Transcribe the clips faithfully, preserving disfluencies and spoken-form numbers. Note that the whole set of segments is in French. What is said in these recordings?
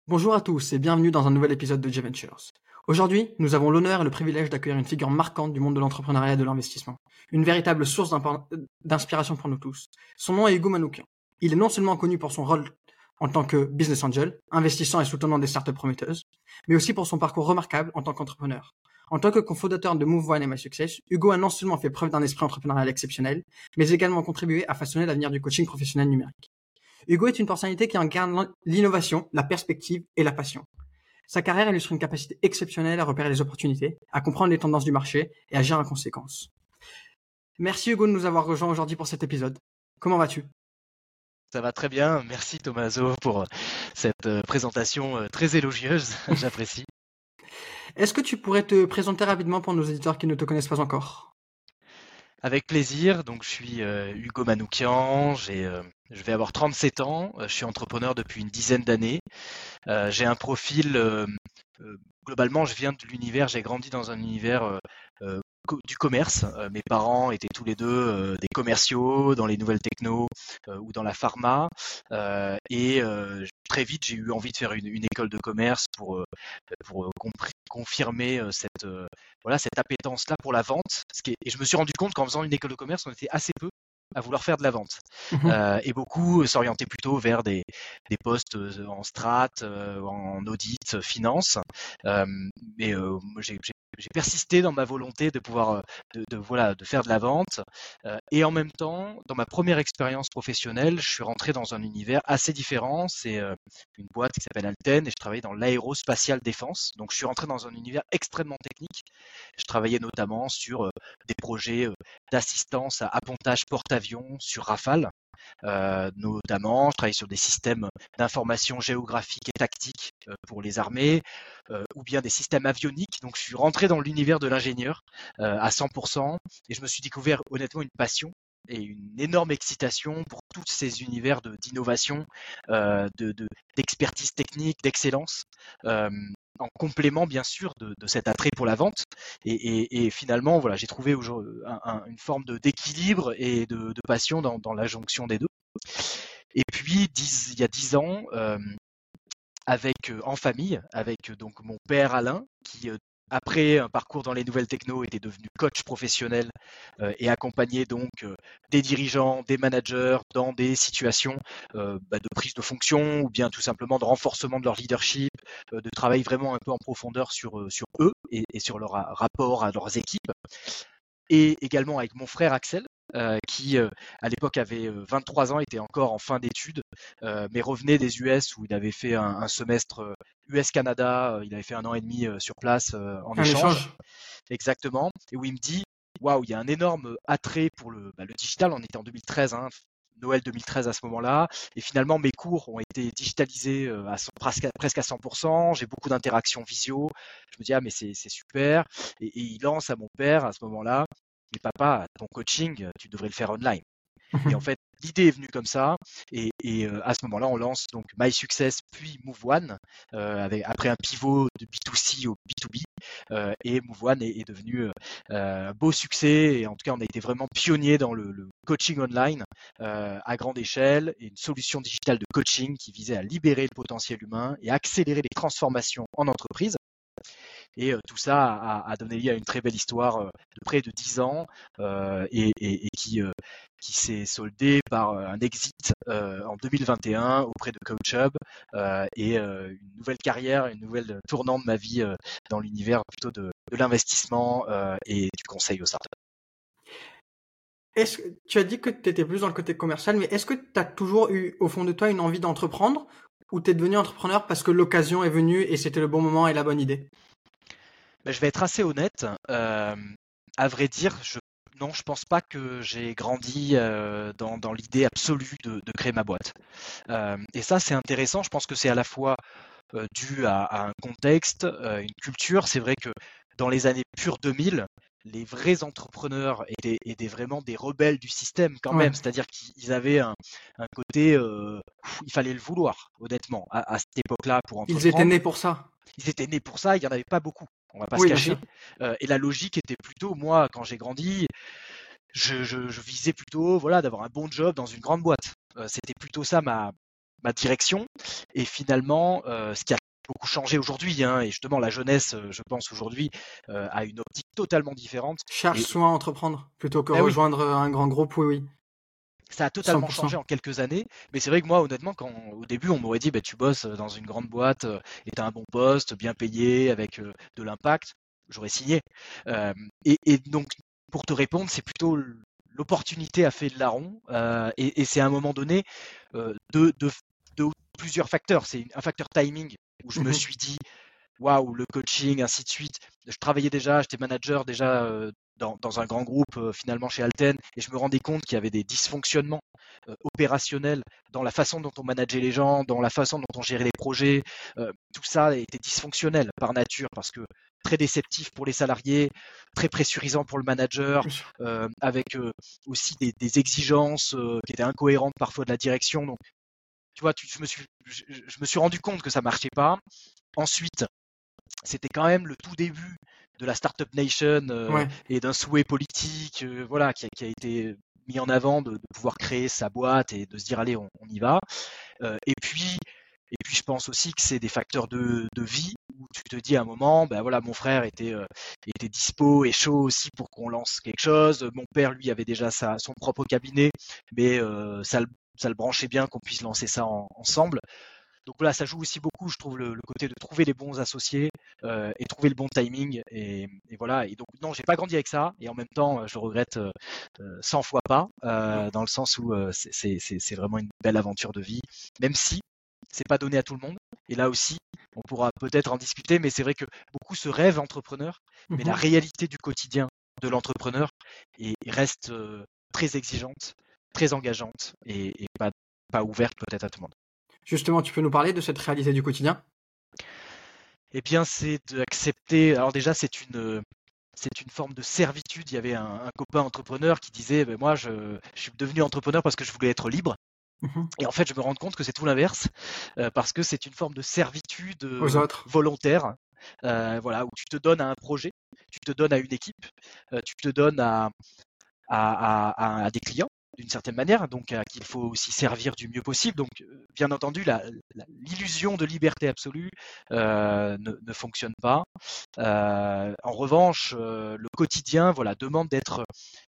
Bonjour à tous et bienvenue dans un nouvel épisode de J-Ventures. Aujourd'hui, nous avons l'honneur et le privilège d'accueillir une figure marquante du monde de l'entrepreneuriat et de l'investissement. Une véritable source d'impo- d'inspiration pour nous tous. Son nom est Hugo Manoukian. Il est non seulement connu pour son rôle en tant que business angel, investissant et soutenant des startups prometteuses, mais aussi pour son parcours remarquable en tant qu'entrepreneur. En tant que cofondateur de Move One et MySuccess, Hugo a non seulement fait preuve d'un esprit entrepreneurial exceptionnel, mais également contribué à façonner l'avenir du coaching professionnel numérique. Hugo est une personnalité qui incarne l'innovation, la perspective et la passion. Sa carrière illustre une capacité exceptionnelle à repérer les opportunités, à comprendre les tendances du marché et à agir en conséquence. Merci Hugo de nous avoir rejoints aujourd'hui pour cet épisode. Comment vas-tu ? Ça va très bien, merci Tommaso pour cette euh, présentation euh, très élogieuse, j'apprécie. Est-ce que tu pourrais te présenter rapidement pour nos éditeurs qui ne te connaissent pas encore ? Avec plaisir, donc je suis euh, Hugo Manoukian, j'ai, euh, je vais avoir trente-sept ans, euh, je suis entrepreneur depuis une dizaine d'années. Euh, j'ai un profil, euh, euh, globalement je viens de l'univers, j'ai grandi dans un univers euh, euh, co- du commerce. Euh, mes parents étaient tous les deux euh, des commerciaux dans les nouvelles techno euh, ou dans la pharma. Euh, et euh, très vite j'ai eu envie de faire une, une école de commerce pour, euh, pour euh, compri- confirmer euh, cette, euh, voilà, cette appétence-là pour la vente. Ce qui est- et je me suis rendu compte qu'en faisant une école de commerce, on était assez peu à vouloir faire de la vente. Euh, et beaucoup s'orientaient plutôt vers des, des postes euh, en strat, euh, en audit, euh, finance. Euh, mais euh, moi, j'ai, j'ai- j'ai persisté dans ma volonté de pouvoir euh, de, de, voilà, de faire de la vente. Euh, et en même temps, dans ma première expérience professionnelle, je suis rentré dans un univers assez différent. C'est euh, une boîte qui s'appelle Alten et je travaillais dans l'aérospatiale défense. Donc je suis rentré dans un univers extrêmement technique. Je travaillais notamment sur euh, des projets euh, d'assistance à appontage porte-avions sur Rafale. Euh, notamment, je travaille sur des systèmes d'information géographique et tactique euh, pour les armées, euh, ou bien des systèmes avioniques. Donc, je suis rentré dans l'univers de l'ingénieur euh, à cent pour cent et je me suis découvert honnêtement une passion et une énorme excitation pour tous ces univers de, d'innovation, euh, de, de, d'expertise technique, d'excellence. Euh, en complément bien sûr de, de cet attrait pour la vente et, et, et finalement voilà j'ai trouvé un, un, une forme de, d'équilibre et de, de passion dans, dans la jonction des deux. Et puis dix, il y a dix ans euh, avec euh, en famille avec euh, donc mon père Alain qui euh, après un parcours dans les nouvelles techno était devenu coach professionnel euh, et accompagnait donc euh, des dirigeants, des managers dans des situations euh, bah, de prise de fonction ou bien tout simplement de renforcement de leur leadership, euh, de travail vraiment un peu en profondeur sur, euh, sur eux et, et sur leur rapport à leurs équipes. Et également avec mon frère Axel, euh, qui euh, à l'époque avait euh, vingt-trois ans, était encore en fin d'études, euh, mais revenait des U S où il avait fait un, un semestre euh, U S-Canada, euh, il avait fait un an et demi euh, sur place euh, en Un échange, échange ? exactement, et où il me dit, waouh, il y a un énorme attrait pour le, bah, le digital, on était en deux mille treize, hein, Noël deux mille treize à ce moment-là, et finalement mes cours ont été digitalisés euh, à, presque, presque à cent pour cent, j'ai beaucoup d'interactions visio, je me dis, ah mais c'est, c'est super, et, et il lance à mon père à ce moment-là, mais papa, ton coaching, tu devrais le faire online. Et en fait, l'idée est venue comme ça. Et, et euh, à ce moment-là, on lance donc MySuccess puis Move One, euh, avec, après un pivot de B deux C au B deux B. Euh, et Move One est, est devenu euh, un beau succès. Et en tout cas, on a été vraiment pionnier dans le, le coaching online euh, à grande échelle et une solution digitale de coaching qui visait à libérer le potentiel humain et accélérer les transformations en entreprise. Et euh, tout ça a, a, donné lieu à une très belle histoire euh, de près de dix ans euh, et, et, et qui, euh, qui s'est soldée par un exit euh, en deux mille vingt et un auprès de CoachHub euh, et euh, une nouvelle carrière, une nouvelle tournant de ma vie euh, dans l'univers plutôt de, de l'investissement euh, et du conseil aux startups. Est-ce que, tu as dit que tu étais plus dans le côté commercial, mais est-ce que tu as toujours eu au fond de toi une envie d'entreprendre ou tu es devenu entrepreneur parce que l'occasion est venue et c'était le bon moment et la bonne idée ? Ben, je vais être assez honnête. Euh, à vrai dire, je, non, je pense pas que j'ai grandi euh, dans, dans l'idée absolue de, de créer ma boîte. Euh, et ça, c'est intéressant. Je pense que c'est à la fois euh, dû à, à un contexte, euh, une culture. C'est vrai que dans les années pures deux mille, les vrais entrepreneurs étaient, étaient vraiment des rebelles du système quand Ouais. même. C'est-à-dire qu'ils avaient un, un côté, euh, il fallait le vouloir, honnêtement, à, à cette époque-là pour Ils étaient entreprendre. nés pour ça. Ils étaient nés pour ça, il n'y en avait pas beaucoup. On va pas se Oui, bien cacher. sûr. Euh, et la logique était plutôt, moi, quand j'ai grandi, je, je, je visais plutôt, voilà, d'avoir un bon job dans une grande boîte. Euh, c'était plutôt ça ma, ma direction. Et finalement, euh, ce qui a beaucoup changé aujourd'hui, hein, et justement la jeunesse, je pense aujourd'hui, euh, a une optique totalement différente. Cherche Et, souvent à entreprendre plutôt que ben oui, rejoindre un grand groupe, oui, oui, ça a cent totalement pour cent. changé en quelques années, mais c'est vrai que moi, honnêtement, quand au début on m'aurait dit, bah, tu bosses dans une grande boîte euh, et t'as un bon poste, bien payé, avec euh, de l'impact, j'aurais signé. Euh, et, et donc, pour te répondre, c'est plutôt l'opportunité a fait le larron, euh, et, et c'est à un moment donné euh, de, de, de plusieurs facteurs. C'est un facteur timing où je me Mhm. suis dit, waouh, le coaching, ainsi de suite. Je travaillais déjà, j'étais manager déjà euh, dans, dans un grand groupe euh, finalement chez Alten, et je me rendais compte qu'il y avait des dysfonctionnements euh, opérationnels dans la façon dont on manageait les gens, dans la façon dont on gérait les projets. Euh, tout ça était dysfonctionnel par nature parce que très déceptif pour les salariés, très pressurisant pour le manager, Bien sûr. euh, avec euh, aussi des, des exigences euh, qui étaient incohérentes parfois de la direction. Donc, tu vois, tu, je, me suis, je, je me suis rendu compte que ça marchait pas. Ensuite, c'était quand même le tout début de la Startup Nation euh, Ouais. et d'un souhait politique, euh, voilà, qui a, qui a été mis en avant de, de pouvoir créer sa boîte et de se dire allez, on, on y va. Euh, et puis, et puis, je pense aussi que c'est des facteurs de, de vie où tu te dis à un moment, ben voilà, mon frère était, euh, était dispo et chaud aussi pour qu'on lance quelque chose. Mon père, lui, avait déjà sa, son propre cabinet, mais euh, ça, le, ça le branchait bien qu'on puisse lancer ça en, ensemble. Donc voilà, ça joue aussi beaucoup, je trouve, le, le côté de trouver les bons associés euh, et trouver le bon timing. Et, et voilà. Et donc non, j'ai pas grandi avec ça. Et en même temps, je regrette euh, cent fois pas, euh, dans le sens où euh, c'est, c'est, c'est vraiment une belle aventure de vie, même si c'est pas donné à tout le monde. Et là aussi, on pourra peut-être en discuter, mais c'est vrai que beaucoup se rêvent entrepreneurs, mais la Mhm. réalité du quotidien de l'entrepreneur est, reste euh, très exigeante, très engageante et, et pas, pas ouverte peut-être à tout le monde. Justement, tu peux nous parler de cette réalité du quotidien? Eh bien, c'est d'accepter. Alors déjà, c'est une, c'est une forme de servitude. Il y avait un, un copain entrepreneur qui disait, ben moi, je, je suis devenu entrepreneur parce que je voulais être libre. Mhm. Et en fait, je me rends compte que c'est tout l'inverse, euh, parce que c'est une forme de servitude Aux euh, autres. volontaire, euh, voilà, où tu te donnes à un projet, tu te donnes à une équipe, euh, tu te donnes à, à, à, à des clients d'une certaine manière, donc à qu'il faut aussi servir du mieux possible. Donc, bien entendu, la, la, l'illusion de liberté absolue euh, ne, ne fonctionne pas. Euh, en revanche, euh, le quotidien, voilà, demande d'être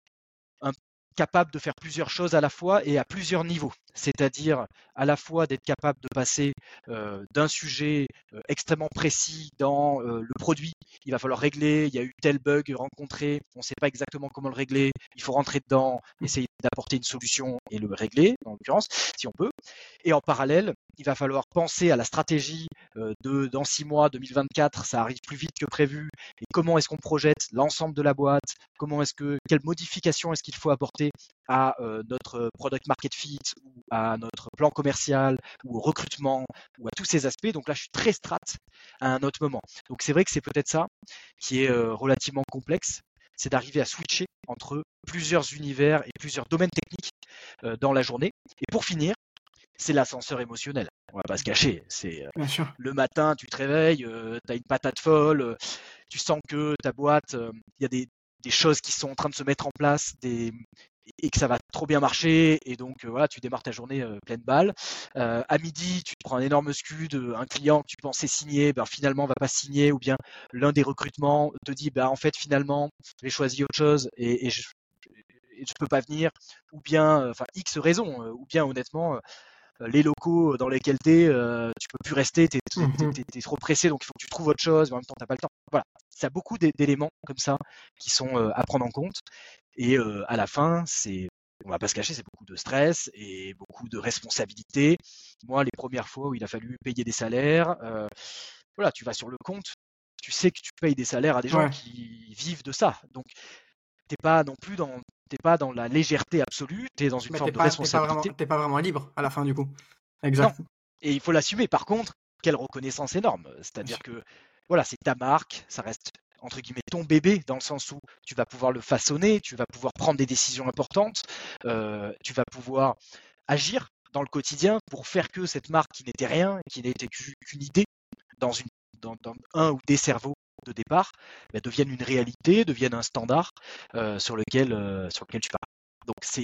un, capable de faire plusieurs choses à la fois et à plusieurs niveaux. C'est-à-dire à la fois d'être capable de passer euh, d'un sujet euh, extrêmement précis dans euh, le produit, il va falloir régler, il y a eu tel bug rencontré, on ne sait pas exactement comment le régler, il faut rentrer dedans, essayer d'apporter une solution et le régler, en l'occurrence, si on peut. Et en parallèle, il va falloir penser à la stratégie euh, de dans six mois, deux mille vingt-quatre, ça arrive plus vite que prévu, et comment est-ce qu'on projette l'ensemble de la boîte, comment est-ce que, quelles modifications est-ce qu'il faut apporter à euh, notre product market fit ou à notre plan commercial ou au recrutement ou à tous ces aspects. Donc là, je suis très strat à un autre moment. Donc c'est vrai que c'est peut-être ça qui est euh, relativement complexe, c'est d'arriver à switcher entre plusieurs univers et plusieurs domaines techniques euh, dans la journée. Et pour finir, c'est l'ascenseur émotionnel. On va pas se cacher. C'est euh, Bien sûr. le matin, tu te réveilles, euh, tu as une patate folle, euh, tu sens que ta boîte, il euh, y a des, des choses qui sont en train de se mettre en place, des, et que ça va trop bien marcher, et donc euh, voilà, tu démarres ta journée euh, pleine balle. Euh, à midi, tu te prends un énorme scud, un client que tu pensais signer, ben, finalement va pas signer, ou bien l'un des recrutements te dit, ben, en fait finalement, j'ai choisi autre chose et, et je et je peux pas venir, ou bien, enfin X raisons, ou bien honnêtement, les locaux dans lesquels tu es, euh, tu peux plus rester, tu Mhm. es, trop pressé, donc il faut que tu trouves autre chose, mais en même temps, tu n'as pas le temps. Voilà, ça a beaucoup d'éléments comme ça qui sont euh, à prendre en compte. Et euh, à la fin, c'est, on va pas se cacher, c'est beaucoup de stress et beaucoup de responsabilités. Moi, les premières fois où il a fallu payer des salaires, euh, voilà, tu vas sur le compte, tu sais que tu payes des salaires à des gens Ouais. qui vivent de ça. Donc, t'es pas non plus dans, t'es pas dans la légèreté absolue, tu es dans une Mais t'es forme de pas, t'es pas vraiment, responsabilité. t'es pas vraiment libre à la fin du coup. Non, Exact. et il faut l'assumer. Par contre, quelle reconnaissance énorme. Bien C'est-à-dire sûr. que voilà, c'est ta marque, ça reste entre guillemets ton bébé dans le sens où tu vas pouvoir le façonner, tu vas pouvoir prendre des décisions importantes, euh, tu vas pouvoir agir dans le quotidien pour faire que cette marque qui n'était rien, qui n'était qu'une idée dans, une, dans, dans un ou des cerveaux de départ, bah, devienne une réalité, devienne un standard euh, sur, lequel, euh, sur lequel tu pars. Donc c'est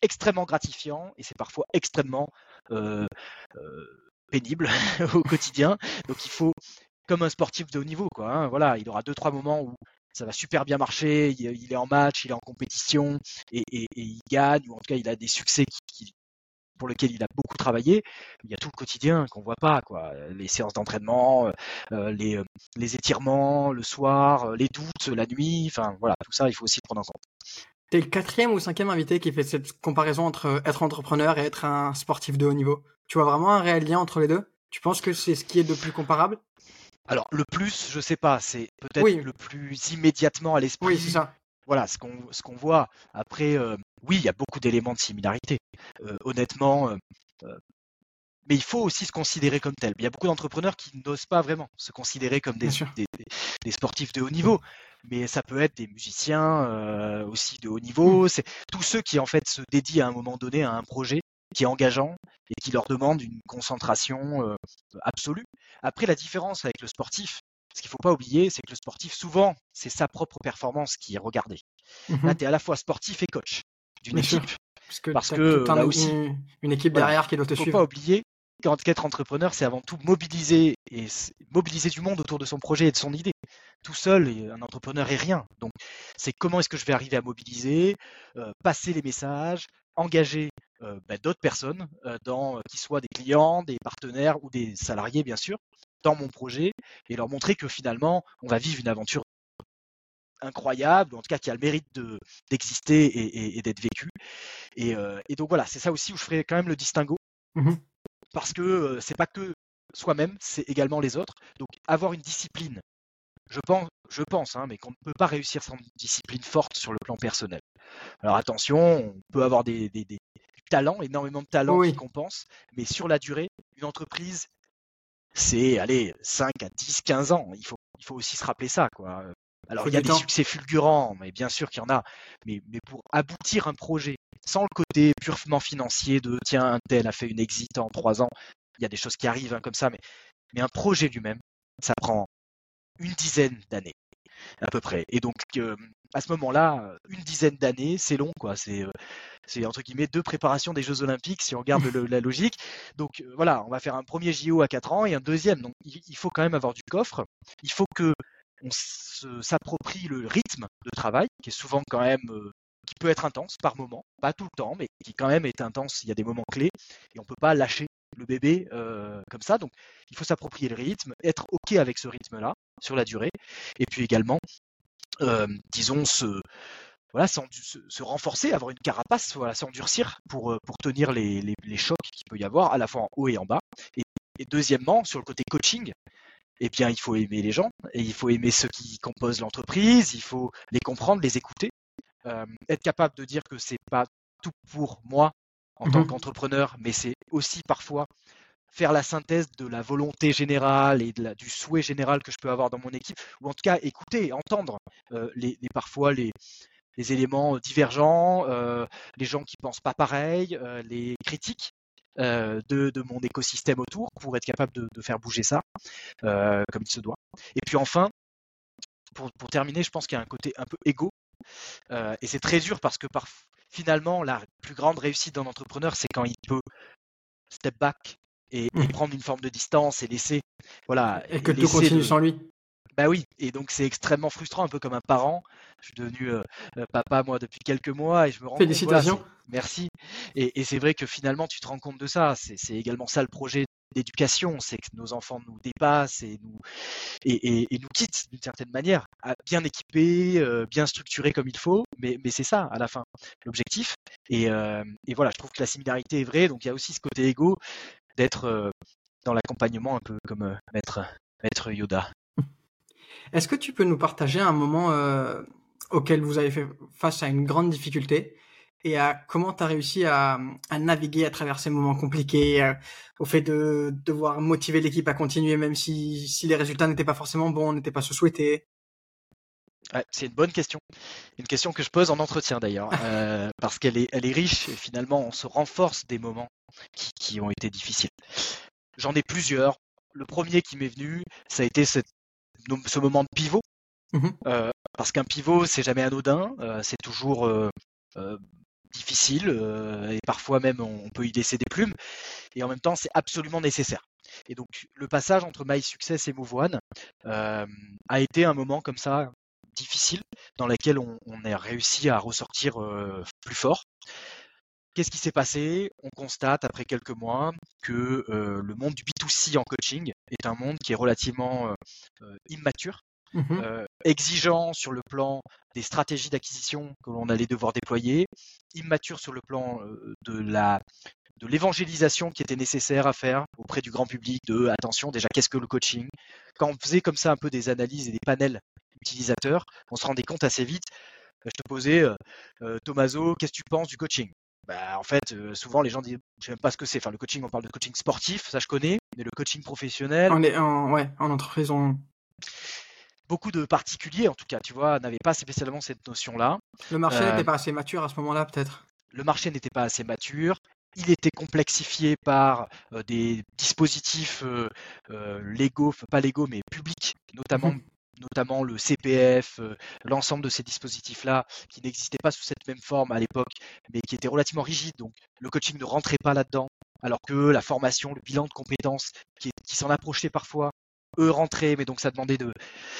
extrêmement gratifiant et c'est parfois extrêmement euh, euh, pénible au quotidien. Donc il faut, comme un sportif de haut niveau, quoi, hein, voilà, il aura deux trois moments où ça va super bien marcher, il, il est en match, il est en compétition et, et, et il gagne, ou en tout cas il a des succès qui, qui, pour lesquels il a beaucoup travaillé. Il y a tout le quotidien qu'on voit pas, quoi. Les séances d'entraînement, euh, les, euh, les étirements le soir, euh, les doutes la nuit, enfin voilà, tout ça il faut aussi prendre en compte. T'es le quatrième ou cinquième invité qui fait cette comparaison entre être entrepreneur et être un sportif de haut niveau. Tu vois vraiment un réel lien entre les deux? Tu penses que c'est ce qui est de plus comparable? Alors le plus, je sais pas, c'est peut-être Oui, le plus immédiatement à oui, c'est l'esprit. ça. Voilà ce qu'on ce qu'on voit. Après, euh, oui, il y a beaucoup d'éléments de similarité. Euh, honnêtement, euh, euh, mais il faut aussi se considérer comme tel. Il y a beaucoup d'entrepreneurs qui n'osent pas vraiment se considérer comme des, Bien sûr. des, des- des sportifs de haut niveau, mais ça peut être des musiciens euh, aussi de haut Mm. niveau. C'est tous ceux qui en fait se dédient à un moment donné à un projet qui est engageant et qui leur demande une concentration euh, absolue. Après, la différence avec le sportif, ce qu'il ne faut pas oublier, c'est que le sportif, souvent, c'est sa propre performance qui est regardée. Là, Mhm. tu es à la fois sportif et coach d'une Bien équipe, sûr. Parce que parce t'as tout que un, là aussi, une, une équipe voilà, derrière qui doit te il ne faut pas suivre. oublier qu'être entrepreneur, c'est avant tout mobiliser et mobiliser du monde autour de son projet et de son idée. Tout seul, un entrepreneur est rien. Donc, c'est comment est-ce que je vais arriver à mobiliser, euh, passer les messages, engager euh, bah, d'autres personnes, euh, dans, euh, qui soient des clients, des partenaires ou des salariés, bien sûr, dans mon projet et leur montrer que finalement, on va vivre une aventure incroyable, ou en tout cas qui a le mérite de, d'exister et, et, et d'être vécue. Et, euh, et donc voilà, c'est ça aussi où je ferai quand même le distinguo, Mhm. parce que euh, c'est pas que soi-même, c'est également les autres. Donc avoir une discipline, je pense, je pense hein, mais qu'on ne peut pas réussir sans une discipline forte sur le plan personnel. Alors attention, on peut avoir des, des, des talents, énormément de talents qui Oui, compensent, mais sur la durée, une entreprise, c'est allez, cinq à dix, quinze ans. Il faut, il faut aussi se rappeler ça, quoi. Alors faut il y a du des temps. succès fulgurants, mais bien sûr qu'il y en a. Mais, mais pour aboutir un projet, sans le côté purement financier de tiens, un tel a fait une exit en trois ans, il y a des choses qui arrivent hein, comme ça, mais, mais un projet lui-même, ça prend une dizaine d'années à peu près. Et donc euh, à ce moment-là, une dizaine d'années, c'est long, quoi. C'est, euh, c'est entre guillemets deux préparations des Jeux Olympiques si on regarde le, la logique. Donc euh, voilà, on va faire un premier J O à quatre ans et un deuxième. Donc il, il faut quand même avoir du coffre. Il faut que on se, s'approprie le rythme de travail qui est souvent quand même euh, qui peut être intense par moment, pas tout le temps, mais qui quand même est intense. Il y a des moments clés et on peut pas lâcher le bébé euh, comme ça. Donc il faut s'approprier le rythme, être ok avec ce rythme-là sur la durée, et puis également, euh, disons, se voilà, se, se, renforcer, avoir une carapace, voilà, s'endurcir pour, pour tenir les, les, les chocs qu'il peut y avoir à la fois en haut et en bas. Et, et deuxièmement, sur le côté coaching, eh bien, il faut aimer les gens et il faut aimer ceux qui composent l'entreprise, il faut les comprendre, les écouter, euh, être capable de dire que c'est pas tout pour moi en tant Mhm. qu'entrepreneur, mais c'est aussi parfois faire la synthèse de la volonté générale et de la, du souhait général que je peux avoir dans mon équipe, ou en tout cas écouter, entendre euh, les, les, parfois les, les éléments divergents, euh, les gens qui pensent pas pareil, euh, les critiques euh, de, de mon écosystème autour pour être capable de, de faire bouger ça euh, comme il se doit. Et puis enfin, pour, pour terminer, je pense qu'il y a un côté un peu égo euh, et c'est très dur parce que par, finalement, la plus grande réussite d'un entrepreneur, c'est quand il peut step back et, et Mhm. prendre une forme de distance et laisser, voilà, Et que et tout laisser continue de, sans lui. bah oui, et donc c'est extrêmement frustrant, un peu comme un parent. Je suis devenu euh, euh, papa moi depuis quelques mois et je me rends compte, voilà, Félicitations. c'est merci. Et, et c'est vrai que finalement tu te rends compte de ça. C'est, c'est également ça le projet d'éducation, c'est que nos enfants nous dépassent et nous et, et, et nous quittent d'une certaine manière, bien équipés, euh, bien structurés comme il faut. Mais, mais c'est ça à la fin l'objectif. Et, euh, et voilà, je trouve que la similarité est vraie. Donc il y a aussi ce côté égo d'être euh, dans l'accompagnement un peu comme euh, maître maître Yoda. Est-ce que tu peux nous partager un moment euh, auquel vous avez fait face à une grande difficulté et à comment tu as réussi à, à naviguer à travers ces moments compliqués, euh, au fait de devoir motiver l'équipe à continuer même si, si les résultats n'étaient pas forcément bons, n'étaient pas ceux souhaités? Ouais, c'est une bonne question. Une question que je pose en entretien d'ailleurs, euh, parce qu'elle est, elle est riche et finalement on se renforce des moments qui, qui ont été difficiles. J'en ai plusieurs. Le premier qui m'est venu, ça a été cette, ce moment de pivot, Mhm. euh, parce qu'un pivot c'est jamais anodin, euh, c'est toujours euh, euh, difficile euh, et parfois même on, on peut y laisser des plumes. Et en même temps, c'est absolument nécessaire. Et donc, le passage entre My Success et Move One euh, a été un moment comme ça difficile dans lequel on, on a réussi à ressortir euh, plus fort. Qu'est-ce qui s'est passé? On constate après quelques mois que euh, le monde du B deux C en coaching est un monde qui est relativement euh, euh, immature, Mhm. euh, exigeant sur le plan des stratégies d'acquisition que l'on allait devoir déployer, immature sur le plan euh, de la de l'évangélisation qui était nécessaire à faire auprès du grand public, de attention déjà qu'est-ce que le coaching. Quand on faisait comme ça un peu des analyses et des panels utilisateurs, on se rendait compte assez vite. Je te posais euh, euh, Tommaso, qu'est-ce que tu penses du coaching? Bah, en fait, euh, souvent les gens disent, je sais même pas ce que c'est. Enfin, le coaching, on parle de coaching sportif, ça je connais, mais le coaching professionnel, En, est- en, ouais, en entreprise, on... beaucoup de particuliers, en tout cas, tu vois, n'avaient pas spécialement cette notion-là. le marché Euh, n'était pas assez mature à ce moment-là, peut-être. le marché n'était pas assez mature. Il était complexifié par euh, des dispositifs euh, euh, légaux, pas légaux, mais publics, notamment, Mhm. notamment le C P F, euh, l'ensemble de ces dispositifs-là qui n'existaient pas sous cette même forme à l'époque, mais qui étaient relativement rigides. Donc le coaching ne rentrait pas là-dedans, alors que la formation, le bilan de compétences qui, qui s'en approchait parfois, eux rentraient, mais donc ça demandait de,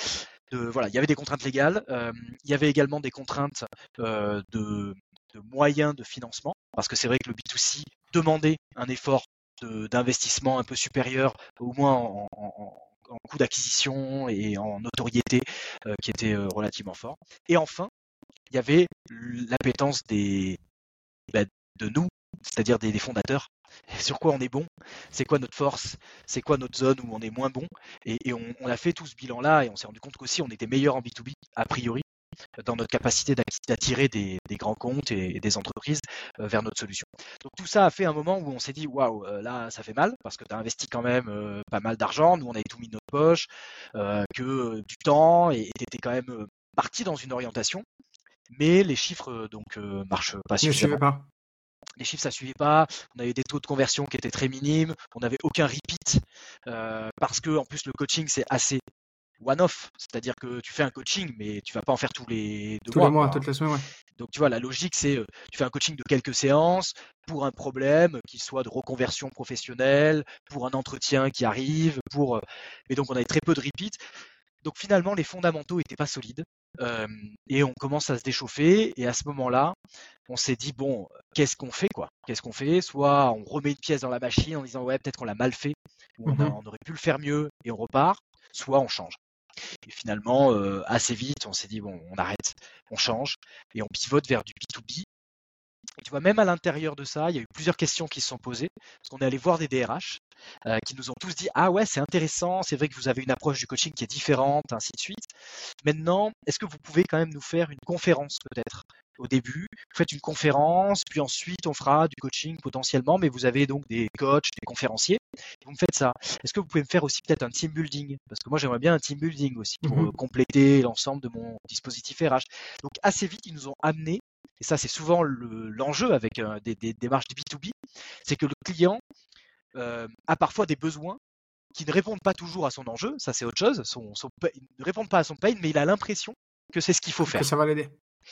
de voilà, il y avait des contraintes légales, euh, il y avait également des contraintes euh, de de moyens de financement, parce que c'est vrai que le B deux C demandait un effort de, d'investissement un peu supérieur, au moins en, en, en coût d'acquisition et en notoriété, euh, qui était euh, relativement fort. Et enfin, il y avait l'appétence des, bah, de nous, c'est-à-dire des, des fondateurs. Sur quoi on est bon, c'est quoi notre force, c'est quoi notre zone où on est moins bon. Et, et on, on a fait tout ce bilan-là et on s'est rendu compte qu'aussi on était meilleur en B deux B, a priori, dans notre capacité d'attirer des, des grands comptes et, et des entreprises euh, vers notre solution. Donc tout ça a fait un moment où on s'est dit waouh, euh, là ça fait mal parce que tu as investi quand même euh, pas mal d'argent, nous on avait tout mis de notre poche, euh, que euh, du temps et tu étais quand même euh, parti dans une orientation, mais les chiffres euh, donc euh, marchent pas Ne suivez suffisamment. pas. Les chiffres ça suivait pas, on avait des taux de conversion qui étaient très minimes, on n'avait aucun repeat euh, parce que en plus le coaching c'est assez one-off, c'est-à-dire que tu fais un coaching, mais tu vas pas en faire tous les deux Tous les mois, mois, quoi. toutes les semaines, ouais. Donc tu vois, la logique, c'est euh, tu fais un coaching de quelques séances pour un problème, qu'il soit de reconversion professionnelle, pour un entretien qui arrive, pour. euh, Mais donc on avait très peu de repeat. Donc finalement, les fondamentaux n'étaient pas solides. Euh, et on commence à se déchauffer. Et à ce moment-là, on s'est dit bon, qu'est-ce qu'on fait quoi? Qu'est-ce qu'on fait? Soit on remet une pièce dans la machine en disant ouais, peut-être qu'on l'a mal fait, ou on, a- Mhm. on aurait pu le faire mieux et on repart. Soit on change. Et finalement, euh, assez vite, on s'est dit bon, on arrête, on change et on pivote vers du B deux B. Et tu vois, même à l'intérieur de ça, il y a eu plusieurs questions qui se sont posées, parce qu'on est allé voir des D R H euh, qui nous ont tous dit ah ouais, c'est intéressant, c'est vrai que vous avez une approche du coaching qui est différente, ainsi de suite. Maintenant, est-ce que vous pouvez quand même nous faire une conférence peut-être au début? Vous faites une conférence, puis ensuite on fera du coaching potentiellement, mais vous avez donc des coachs, des conférenciers, et vous me faites ça. Est-ce que vous pouvez me faire aussi peut-être un team building? Parce que moi j'aimerais bien un team building aussi pour Mhm. euh, compléter l'ensemble de mon dispositif R H. Donc assez vite, ils nous ont amené, et ça c'est souvent le, l'enjeu avec euh, des, des démarches de B deux B, c'est que le client euh, a parfois des besoins qui ne répondent pas toujours à son enjeu, ça c'est autre chose, son, son, il ne répondent pas à son pain, mais il a l'impression que c'est ce qu'il faut Que faire. ça va l'aider.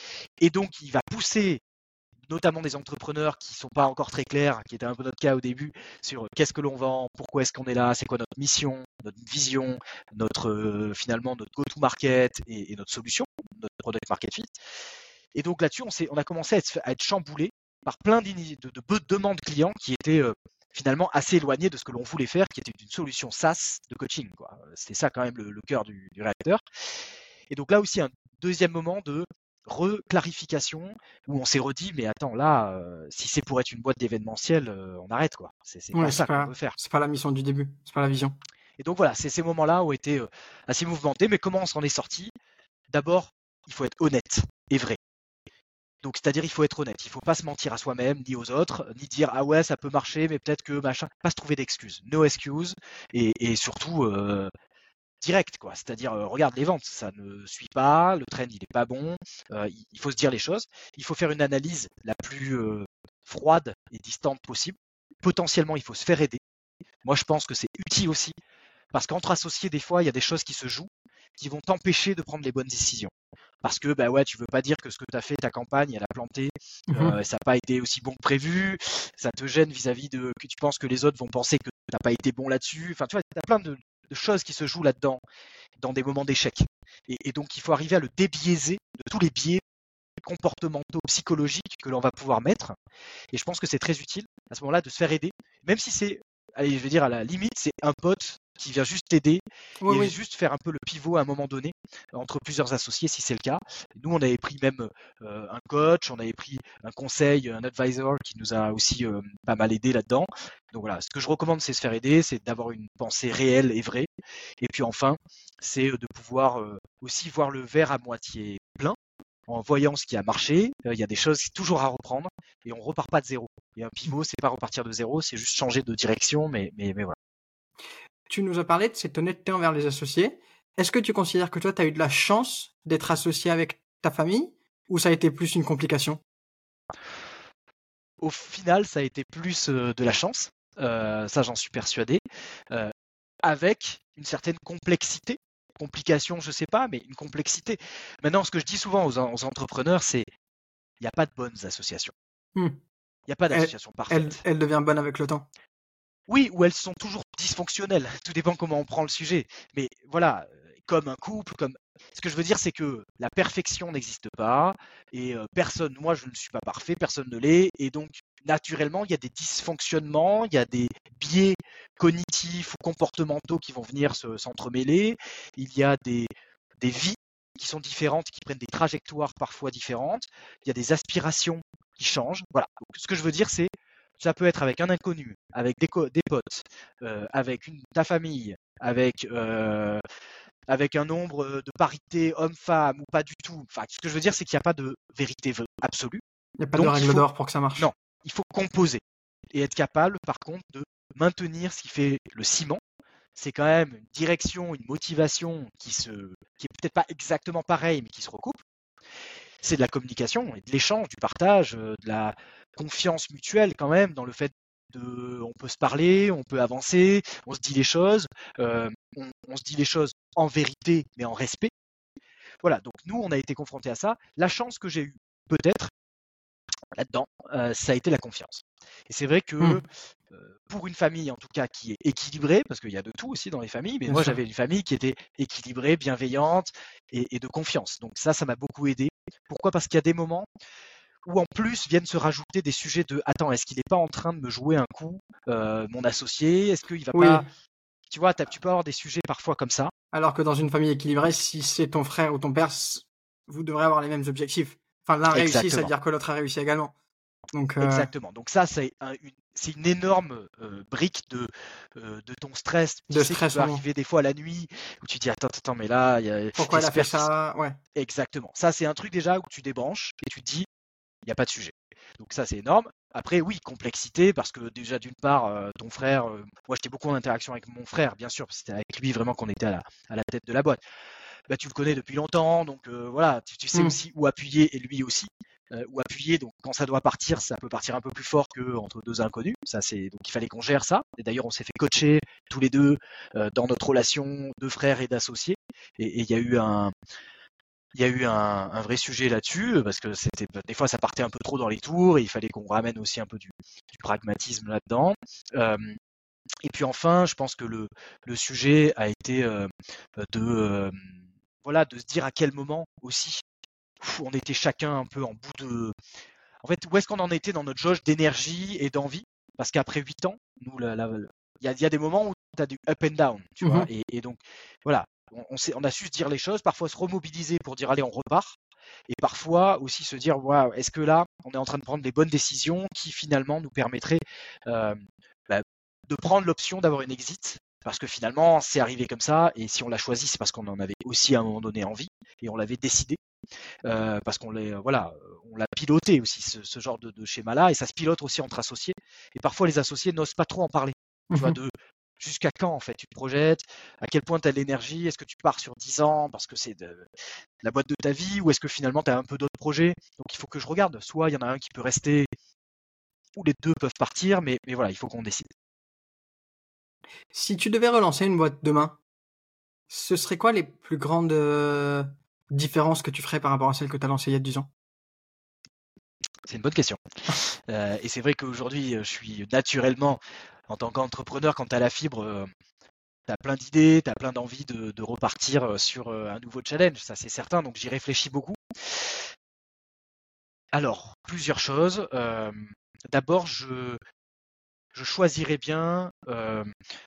Et donc il va pousser notamment des entrepreneurs qui ne sont pas encore très clairs, qui était un peu notre cas au début, sur qu'est-ce que l'on vend, pourquoi est-ce qu'on est là, c'est quoi notre mission, notre vision, notre euh, finalement notre go-to-market et, et notre solution, notre product market fit. Et donc là-dessus, on, s'est, on a commencé à être, à être chamboulé par plein de, de, de demandes clients qui étaient euh, finalement assez éloignées de ce que l'on voulait faire, qui était une solution SaaS de coaching, quoi. C'était ça quand même le, le cœur du, du réacteur. Et donc là aussi, un deuxième moment de reclarification où on s'est redit mais attends là euh, si c'est pour être une boîte d'événementiel euh, on arrête quoi, c'est, c'est Ouais, pas c'est ça qu'on pas, veut faire. c'est pas la mission du début, c'est pas la vision. Et donc voilà, c'est ces moments-là ont été euh, assez mouvementés, mais comment on s'en est sorti? D'abord, il faut être honnête et vrai. Donc c'est-à-dire il faut être honnête, il faut pas se mentir à soi-même ni aux autres, ni dire ah ouais ça peut marcher mais peut-être que machin, pas se trouver d'excuses, no excuses et, et surtout euh, direct quoi, c'est-à-dire euh, regarde les ventes, ça ne suit pas, le trend il est pas bon, euh, il faut se dire les choses, il faut faire une analyse la plus euh, froide et distante possible, potentiellement il faut se faire aider. Moi je pense que c'est utile aussi parce qu'entre associés des fois il y a des choses qui se jouent qui vont t'empêcher de prendre les bonnes décisions. parce que bah ouais, tu veux pas dire que ce que tu as fait, ta campagne, elle a planté, Mmh euh, ça n'a pas été aussi bon que prévu, ça te gêne vis-à-vis de que tu penses que les autres vont penser que tu n'as pas été bon là-dessus. Enfin, tu vois, tu as plein de, de choses qui se jouent là-dedans, dans des moments d'échec. Et, et donc, il faut arriver à le débiaiser de tous les biais comportementaux, psychologiques que l'on va pouvoir mettre. Et je pense que c'est très utile à ce moment-là de se faire aider, même si c'est, allez, je vais dire à la limite, c'est un pote qui vient juste t'aider Oui, et oui. juste faire un peu le pivot à un moment donné entre plusieurs associés si c'est le cas. Nous, on avait pris même euh, un coach, on avait pris un conseil, un advisor qui nous a aussi euh, pas mal aidé là-dedans. Donc voilà, ce que je recommande, c'est se faire aider, c'est d'avoir une pensée réelle et vraie. Et puis enfin, c'est de pouvoir euh, aussi voir le verre à moitié plein en voyant ce qui a marché. Il euh, y a des choses toujours à reprendre et on repart pas de zéro. Et un pivot, c'est pas repartir de zéro, c'est juste changer de direction, mais, mais, mais voilà. Tu nous as parlé de cette honnêteté envers les associés. Est-ce que tu considères que toi, tu as eu de la chance d'être associé avec ta famille ou ça a été plus une complication? Au final, ça a été plus euh, de la chance, euh, ça j'en suis persuadé, euh, avec une certaine complexité. Complication, je sais pas, mais une complexité. Maintenant, ce que je dis souvent aux, aux entrepreneurs, c'est il n'y a pas de bonnes associations. Mmh. Il n'y a pas Elle, d'association elle, parfaite. elle devient bonne avec le temps. Oui, ou elles sont toujours dysfonctionnelles. Tout dépend comment on prend le sujet. Mais voilà, comme un couple, comme. Ce que je veux dire, c'est que la perfection n'existe pas et euh, personne, moi, je ne suis pas parfait, personne ne l'est, et donc naturellement, il y a des dysfonctionnements, il y a des biais cognitifs ou comportementaux qui vont venir se, s'entremêler. Il y a des, des vies qui sont différentes, qui prennent des trajectoires parfois différentes. Il y a des aspirations qui changent. Voilà. Donc, ce que je veux dire, c'est ça peut être avec un inconnu, avec des, co- des potes, euh, avec une, ta famille, avec, euh, avec un nombre de parité homme-femme ou pas du tout. Enfin, ce que je veux dire, c'est qu'il n'y a pas de vérité absolue. Il n'y a pas de Donc, il règle faut, d'or pour que ça marche. non, il faut composer et être capable, par contre, de maintenir ce qui fait le ciment. C'est quand même une direction, une motivation qui se, qui est peut-être pas exactement pareille, mais qui se recoupe. C'est de la communication et de l'échange, du partage, de la confiance mutuelle quand même dans le fait de, on peut se parler, on peut avancer, on se dit les choses, euh, on, on se dit les choses en vérité mais en respect. Voilà, donc nous on a été confrontés à ça. La chance que j'ai eue peut-être là-dedans, euh, ça a été la confiance. Et c'est vrai que Mmh, euh, pour une famille en tout cas qui est équilibrée, parce qu'il y a de tout aussi dans les familles, mais bien moi sûr. j'avais une famille qui était équilibrée, bienveillante et, et de confiance. Donc ça, ça m'a beaucoup aidé. Pourquoi? Parce qu'il y a des moments où en plus viennent se rajouter des sujets de attends, est-ce qu'il n'est pas en train de me jouer un coup, euh, mon associé? Est-ce qu'il va Oui, pas. Tu vois, tu peux avoir des sujets parfois comme ça. alors que dans une famille équilibrée, si c'est ton frère ou ton père, vous devrez avoir les mêmes objectifs. Enfin, l'un réussit, ça veut Exactement. dire que l'autre a réussi également. Donc, euh, Exactement. Donc ça, c'est un, une, c'est une énorme euh, brique de, euh, de ton stress, tu de sais, qui stress peut en arriver des fois la nuit, où tu dis attends, attends, mais là, y a, pourquoi elle a fait j'espère qu'il. ça? Ouais. Exactement. Ça, c'est un truc déjà où tu débranches et tu te dis, il n'y a pas de sujet. Donc ça, c'est énorme. Après, oui, complexité, parce que déjà, d'une part, euh, ton frère, euh, moi, j'étais beaucoup en interaction avec mon frère, bien sûr, parce que c'était avec lui vraiment qu'on était à la, à la tête de la boîte. Bah, tu le connais depuis longtemps, donc euh, voilà, tu, tu sais Mmh. aussi où appuyer, et lui aussi. Euh, où appuyer, donc quand ça doit partir, ça peut partir un peu plus fort que entre deux inconnus. Ça, c'est donc il fallait qu'on gère ça. Et d'ailleurs, on s'est fait coacher tous les deux euh, dans notre relation de frères et d'associés. Et il y a eu un, il y a eu un, un vrai sujet là-dessus parce que c'était des fois ça partait un peu trop dans les tours et il fallait qu'on ramène aussi un peu du, du pragmatisme là-dedans. Euh, et puis enfin, je pense que le, le sujet a été euh, de euh, voilà de se dire à quel moment aussi pff, on était chacun un peu en bout de. En fait, où est-ce qu'on en était dans notre jauge d'énergie et d'envie? Parce qu'après huit ans, nous, la, la, il y a, il y a des moments où tu as du up and down, tu vois. Mmh. Et, et donc, voilà, on, on, sait, on a su se dire les choses, parfois se remobiliser pour dire allez, on repart. Et parfois aussi se dire, waouh, est-ce que là, on est en train de prendre les bonnes décisions qui finalement nous permettraient euh, bah, de prendre l'option d'avoir une exit? Parce que finalement, c'est arrivé comme ça, et si on l'a choisi, c'est parce qu'on en avait aussi à un moment donné envie, et on l'avait décidé, euh, parce qu'on l'a, voilà, on l'a piloté aussi, ce, ce genre de, de schéma-là, et ça se pilote aussi entre associés, et parfois les associés n'osent pas trop en parler, tu vois, Mmh. de jusqu'à quand en fait tu te projettes, à quel point tu as de l'énergie, est-ce que tu pars sur dix ans parce que c'est de, la boîte de ta vie, ou est-ce que finalement tu as un peu d'autres projets? Donc il faut que je regarde, soit il y en a un qui peut rester, ou les deux peuvent partir, mais, mais voilà, il faut qu'on décide. Si tu devais relancer une boîte demain, ce serait quoi les plus grandes, heu, différence que tu ferais par rapport à celle que tu as lancée il y a dix ans? C'est une bonne question. Euh, et c'est vrai qu'aujourd'hui, je suis naturellement, en tant qu'entrepreneur, quand tu as la fibre, euh, tu as plein d'idées, tu as plein d'envie de, de repartir sur euh, un nouveau challenge, ça c'est certain, donc j'y réfléchis beaucoup. Alors, plusieurs choses. Euh, d'abord, je, je choisirais bien euh,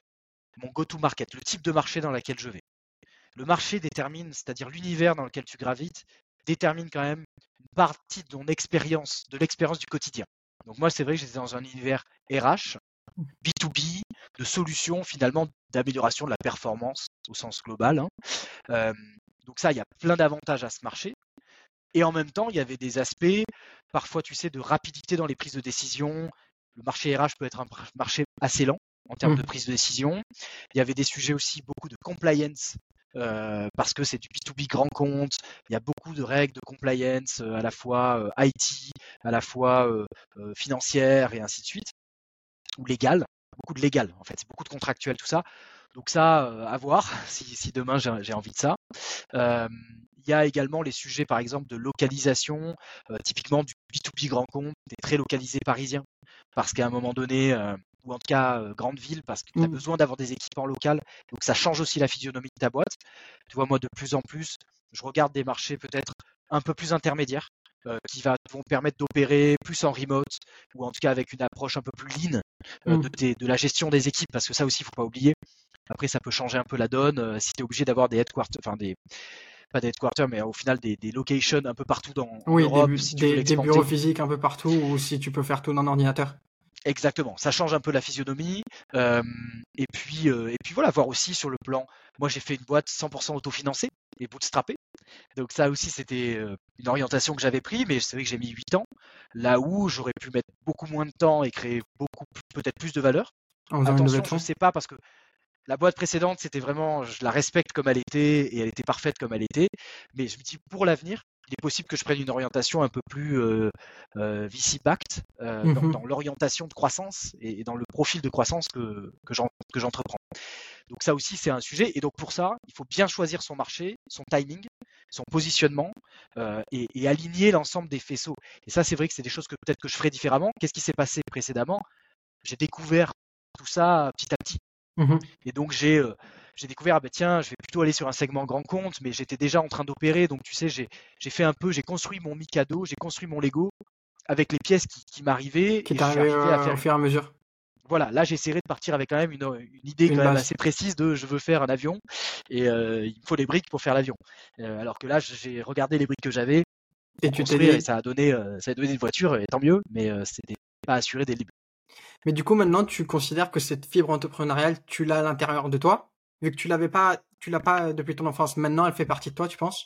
mon go-to-market, le type de marché dans lequel je vais. Le marché détermine, c'est-à-dire l'univers dans lequel tu gravites, détermine quand même une partie de ton expérience, de l'expérience du quotidien. Donc moi, c'est vrai que j'étais dans un univers R H, B deux B, de solutions finalement d'amélioration de la performance au sens global. Hein. Euh, donc ça, il y a plein d'avantages à ce marché. Et en même temps, il y avait des aspects, parfois, tu sais, de rapidité dans les prises de décision. Le marché R H peut être un marché assez lent en termes Mmh. de prise de décision. Il y avait des sujets aussi, beaucoup de compliance, euh, parce que c'est du B deux B grand compte. Il y a beaucoup de règles de compliance, euh, à la fois euh, I T, à la fois euh, euh, financière et ainsi de suite, ou légal. Beaucoup de légal, en fait. C'est beaucoup de contractuel, tout ça. Donc ça, euh, à voir, si, si demain j'ai, j'ai envie de ça. Euh, il y a également les sujets, par exemple, de localisation, euh, typiquement du B deux B grand compte, tu es très localisé parisien, parce qu'à un moment donné, euh, ou en tout cas euh, grande ville, parce que tu as Mmh. besoin d'avoir des équipes en local, donc ça change aussi la physionomie de ta boîte. Tu vois, moi, de plus en plus, je regarde des marchés peut-être un peu plus intermédiaires, euh, qui va, vont permettre d'opérer plus en remote, ou en tout cas avec une approche un peu plus lean euh, Mmh. de, tes- de la gestion des équipes, parce que ça aussi, il ne faut pas oublier. Après, ça peut changer un peu la donne euh, si tu es obligé d'avoir des headquarters, enfin des, pas des headquarters, mais au final des, des locations un peu partout dans, en Oui, des Europe, bu si tu veux des des bureaux l'expanser. physiques un peu partout ou si tu peux faire tout d'un ordinateur. Exactement, ça change un peu la physionomie. Euh, et puis, euh, et puis voilà, voir aussi sur le plan. Moi, j'ai fait une boîte cent pour cent autofinancée et bootstrappée. Donc ça aussi, c'était euh, une orientation que j'avais prise, mais c'est vrai que j'ai mis huit ans. Là où j'aurais pu mettre beaucoup moins de temps et créer beaucoup, peut-être plus de valeur. En faisant une levée Attention, de je fonds? sais pas parce que la boîte précédente, c'était vraiment, je la respecte comme elle était et elle était parfaite comme elle était. Mais je me dis, pour l'avenir, il est possible que je prenne une orientation un peu plus euh, euh, V C-backed euh, dans, Mmh. dans l'orientation de croissance et, et dans le profil de croissance que, que, j'en- que j'entreprends. Donc ça aussi, c'est un sujet. Et donc pour ça, il faut bien choisir son marché, son timing, son positionnement euh, et, et aligner l'ensemble des faisceaux. Et ça, c'est vrai que c'est des choses que peut-être que je ferais différemment. Qu'est-ce qui s'est passé précédemment? J'ai découvert tout ça petit à petit. Mmh. Et donc j'ai euh, j'ai découvert, ah ben tiens, je vais plutôt aller sur un segment grand compte, mais j'étais déjà en train d'opérer, donc tu sais, j'ai j'ai fait un peu, j'ai construit mon Mikado, j'ai construit mon Lego avec les pièces qui, qui m'arrivaient Qui et est je suis arrivé, arrivé à heu, faire au une. fur et à mesure? Voilà, là j'essaierai de partir avec quand même une, une idée Une quand même base. assez précise de je veux faire un avion et euh, il me faut les briques pour faire l'avion. Euh, alors que là j'ai regardé les briques que j'avais Et pour tu t'es construire et dit ça a donné euh, ça a donné une voiture et tant mieux, mais euh, c'était pas assuré dès le début. mais du coup, maintenant, tu considères que cette fibre entrepreneuriale, tu l'as à l'intérieur de toi? Vu que tu l'avais pas tu l'as pas, heu, depuis ton enfance, maintenant elle fait partie de toi, tu penses?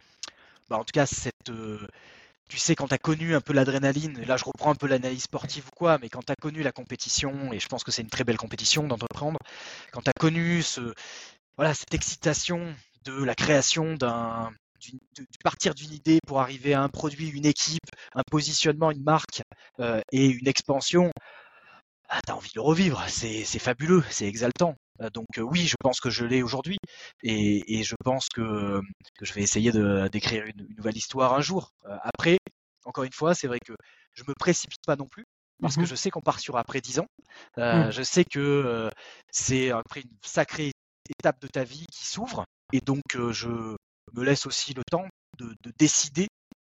Bah, en tout cas cette euh, tu sais, quand tu as connu un peu l'adrénaline, et là je reprends un peu l'analyse sportive ou quoi, mais quand tu as connu la compétition, et je pense que c'est une très belle compétition d'entreprendre, quand tu as connu ce, voilà, cette excitation de la création d'un, d'une- de, de partir d'une idée pour arriver à un produit, une équipe, un positionnement, une marque euh, et une expansion, ah, tu as envie de le revivre, c'est, c'est fabuleux, c'est exaltant. Euh, Donc euh, oui, je pense que je l'ai aujourd'hui et, et je pense que, que je vais essayer de, d'écrire une, une nouvelle histoire un jour. Euh, après, encore une fois, c'est vrai que je me précipite pas non plus parce que Mmh. je sais qu'on part sur après dix ans. Euh, Mmh. je sais que euh, c'est après une sacrée étape de ta vie qui s'ouvre et donc euh, je me laisse aussi le temps de, de décider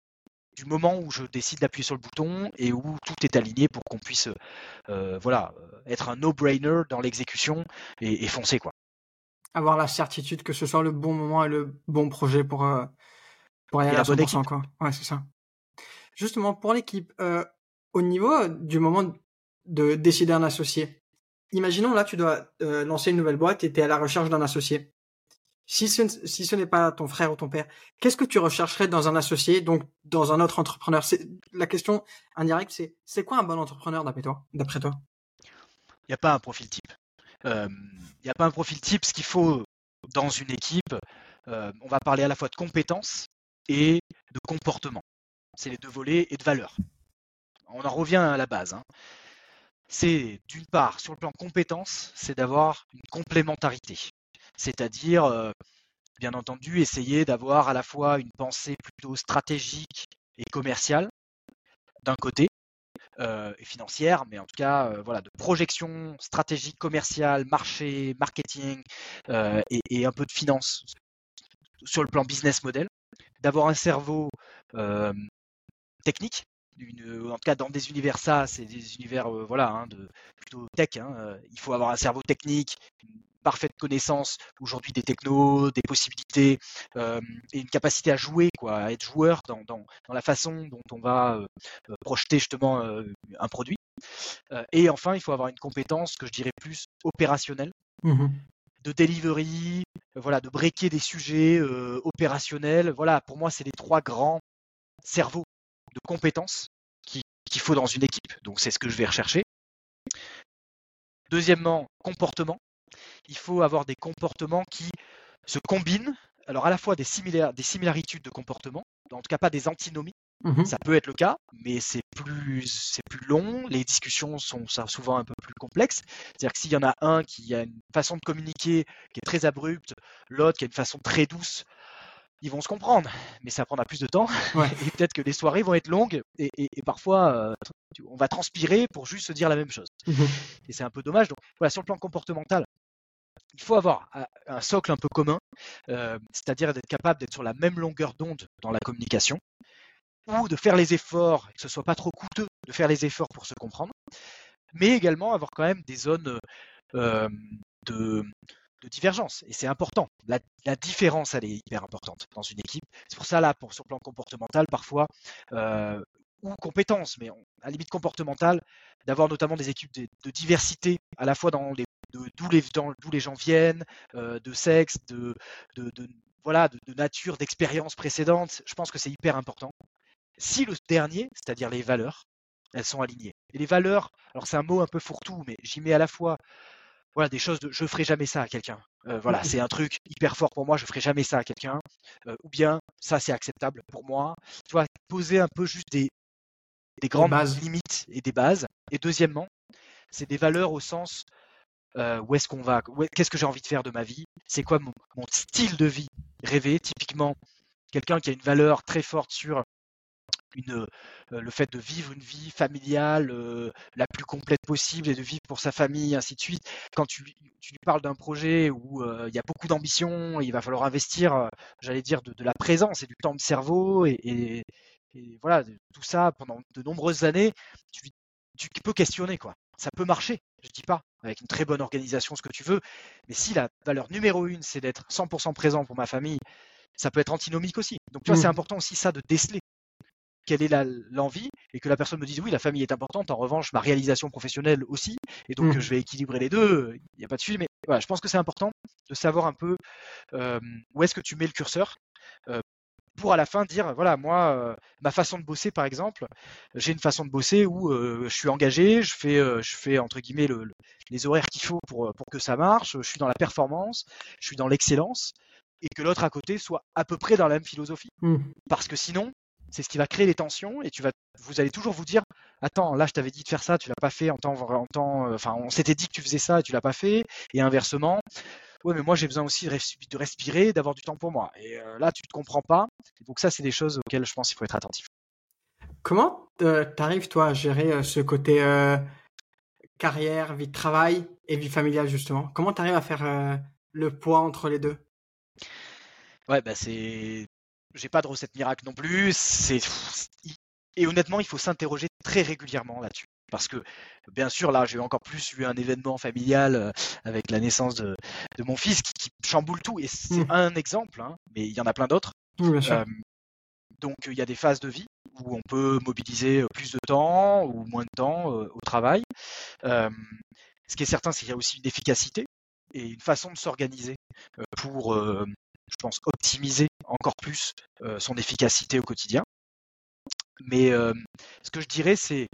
du moment où je décide d'appuyer sur le bouton et où tout est aligné pour qu'on puisse euh, voilà, être un no-brainer dans l'exécution et, et foncer quoi. Avoir la certitude que ce soit le bon moment et le bon projet pour, heu, pour y Et aller à la cent bonne pour cent équipe. quoi. Ouais, c'est ça. Justement, pour l'équipe, heu, au niveau, heu, du moment de décider un associé, imaginons là, tu dois, heu, lancer une nouvelle boîte et tu es à la recherche d'un associé. Si ce n si ce n'est pas ton frère ou ton père, qu'est-ce que tu rechercherais dans un associé, donc dans un autre entrepreneur? C'est la question indirecte, c'est c'est quoi un bon entrepreneur d'après toi d'après toi? Il n'y a pas un profil type. Euh, Il n'y a pas un profil type. Ce qu'il faut dans une équipe, euh, on va parler à la fois de compétences et de comportement. C'est les deux volets et de valeur. On en revient à la base. Hein. C'est d'une part, sur le plan compétences, c'est d'avoir une complémentarité. C'est-à-dire, euh, bien entendu, essayer d'avoir à la fois une pensée plutôt stratégique et commerciale d'un côté, euh, et financière, mais en tout cas, euh, voilà, de projection stratégique, commerciale, marché, marketing, euh, et, et un peu de finance sur le plan business model, d'avoir un cerveau euh, technique. Une, en tout cas, dans des univers, ça, c'est des univers, euh, voilà, hein, de plutôt tech. Hein, euh, il faut avoir un cerveau technique, une parfaite connaissance aujourd'hui des technos, des possibilités, euh, et une capacité à jouer, quoi, à être joueur dans, dans, dans la façon dont on va euh, projeter justement euh, un produit. Euh, et enfin, il faut avoir une compétence que je dirais plus opérationnelle, Mmh. de delivery, euh, voilà, de breaker des sujets euh, opérationnels. Voilà, pour moi, c'est les trois grands cerveaux de compétences qui- qu'il faut dans une équipe. Donc, c'est ce que je vais rechercher. Deuxièmement, comportement. Il faut avoir des comportements qui se combinent. Alors, à la fois des, simila- des similitudes de comportement, en tout cas pas des antinomies. Mmh. Ça peut être le cas, mais c'est plus, c'est plus long. Les discussions sont souvent un peu plus complexes. C'est-à-dire que s'il y en a un qui a une façon de communiquer qui est très abrupte, l'autre qui a une façon très douce, ils vont se comprendre, mais ça prendra plus de temps. Ouais. Et peut-être que les soirées vont être longues et, et, et parfois euh, on va transpirer pour juste se dire la même chose. Mmh. Et c'est un peu dommage. Donc voilà, sur le plan comportemental, il faut avoir un socle un peu commun, euh, c'est-à-dire d'être capable d'être sur la même longueur d'onde dans la communication, ou de faire les efforts, que ce soit pas trop coûteux, de faire les efforts pour se comprendre, mais également avoir quand même des zones euh, de, de divergence. Et c'est important. La, la différence, elle est hyper importante dans une équipe. C'est pour ça, là, pour, sur le plan comportemental, parfois, euh, ou compétences, mais on, à la limite comportementale, d'avoir notamment des équipes de, de diversité, à la fois dans les d'où les, d'où les gens viennent, euh, de sexe, de, de, de voilà, de, de nature, d'expérience précédente. Je pense que c'est hyper important. Si le dernier, c'est-à-dire les valeurs, elles sont alignées. Et les valeurs, alors c'est un mot un peu fourre-tout, mais j'y mets à la fois voilà, des choses de je ferai jamais ça à quelqu'un. Euh, voilà, c'est un truc hyper fort pour moi, je ferai jamais ça à quelqu'un. Euh, ou bien ça c'est acceptable pour moi. Tu vois, poser un peu juste des, des Les grandes bases. limites et des bases. Et deuxièmement, c'est des valeurs au sens euh, où est-ce qu'on va, où est- qu'est-ce que j'ai envie de faire de ma vie, c'est quoi mon, mon style de vie rêvé. Typiquement, quelqu'un qui a une valeur très forte sur une, euh, le fait de vivre une vie familiale euh, la plus complète possible et de vivre pour sa famille, ainsi de suite. Quand tu, tu lui parles d'un projet où euh, il y a beaucoup d'ambition, il va falloir investir, euh, j'allais dire, de, de la présence et du temps de cerveau et, et, et voilà, tout ça pendant de nombreuses années, tu, tu peux questionner, quoi. Ça peut marcher, je dis pas, avec une très bonne organisation, ce que tu veux, mais si la valeur numéro une, c'est d'être cent pour cent présent pour ma famille, ça peut être antinomique aussi. Donc tu vois, c'est Mmh. important aussi ça de déceler quelle est la- l'envie et que la personne me dise oui, la famille est importante, en revanche, ma réalisation professionnelle aussi, et donc euh, je Mmh. vais équilibrer les deux, il n'y a pas de sujet, mais voilà, je pense que c'est important de savoir un peu euh, où est-ce que tu mets le curseur euh, pour à la fin dire voilà, moi, euh, ma façon de bosser par exemple, j'ai une façon de bosser où euh, je suis engagé, je fais, euh, je fais entre guillemets le, le- les horaires qu'il faut pour, pour que ça marche, je suis dans la performance, je suis dans l'excellence, et que l'autre à côté soit à peu près dans la même philosophie. Mmh. Parce que sinon, c'est ce qui va créer les tensions et tu vas, vous allez toujours vous dire, attends, là je t'avais dit de faire ça, tu l'as pas fait en temps, en temps, euh, enfin on s'était dit que tu faisais ça et tu l'as pas fait, et inversement, ouais mais moi j'ai besoin aussi de, res- de respirer, d'avoir du temps pour moi. Et euh, là tu te comprends pas. Donc ça c'est des choses auxquelles je pense qu'il faut être attentif. Comment, heu, tu arrives toi à gérer, heu, ce côté, heu, carrière, vie de travail et vie familiale justement? Comment tu arrives à faire, heu, le poids entre les deux? Ouais bah c'est, j'ai pas de recette miracle non plus. C'est et honnêtement il faut s'interroger très régulièrement là-dessus. Parce que, bien sûr, là, j'ai encore plus eu un événement familial euh, avec la naissance de, de mon fils qui, qui chamboule tout. Et c'est Mmh. un exemple, hein, mais il y en a plein d'autres. Oui, bien sûr. Euh, donc, il y a des phases de vie où on peut mobiliser plus de temps ou moins de temps euh, au travail. Euh, ce qui est certain, c'est qu'il y a aussi une efficacité et une façon de s'organiser euh, pour, euh, je pense, optimiser encore plus euh, son efficacité au quotidien. Mais euh, ce que je dirais, c'est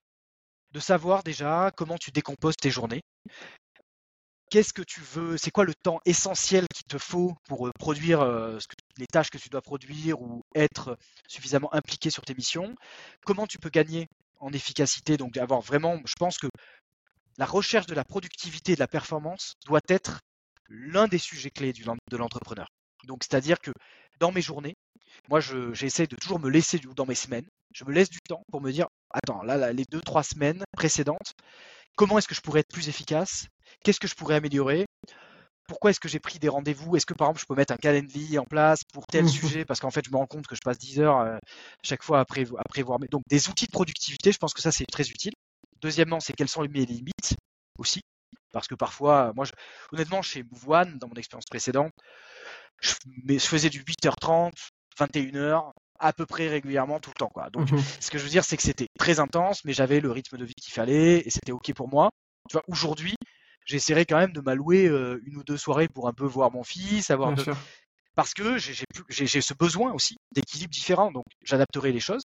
de savoir déjà comment tu décomposes tes journées. Qu'est-ce que tu veux, c'est quoi le temps essentiel qu'il te faut pour euh, produire euh, ce que- les tâches que tu dois produire ou être suffisamment impliqué sur tes missions. Comment tu peux gagner en efficacité, donc avoir vraiment, je pense que la recherche de la productivité et de la performance doit être l'un des sujets clés du- de l'entrepreneur. Donc, c'est-à-dire que dans mes journées, moi, je, j'essaie de toujours me laisser du dans mes semaines, je me laisse du temps pour me dire, attends, là, là les deux, trois semaines précédentes, comment est-ce que je pourrais être plus efficace? Qu'est-ce que je pourrais améliorer? Pourquoi est-ce que j'ai pris des rendez-vous? Est-ce que par exemple je peux mettre un calendrier en place pour tel sujet? Parce qu'en fait, je me rends compte que je passe dix heures euh, chaque fois à, prévo- à prévoir. mes- Donc, des outils de productivité, je pense que ça, c'est très utile. Deuxièmement, c'est quelles sont mes limites aussi. Parce que parfois, moi, je- honnêtement, chez Move One, dans mon expérience précédente, je, mais je faisais du huit heures trente, vingt et une heures, à peu près régulièrement tout le temps, quoi. Donc, Mhm. ce que je veux dire, c'est que c'était très intense, mais j'avais le rythme de vie qu'il fallait et c'était OK pour moi. Tu vois, aujourd'hui, j'essaierai quand même de m'allouer euh, une ou deux soirées pour un peu voir mon fils, avoir un Bien peu, sûr. parce que j'ai, j'ai, plus- j'ai, j'ai ce besoin aussi d'équilibre différent, donc j'adapterai les choses.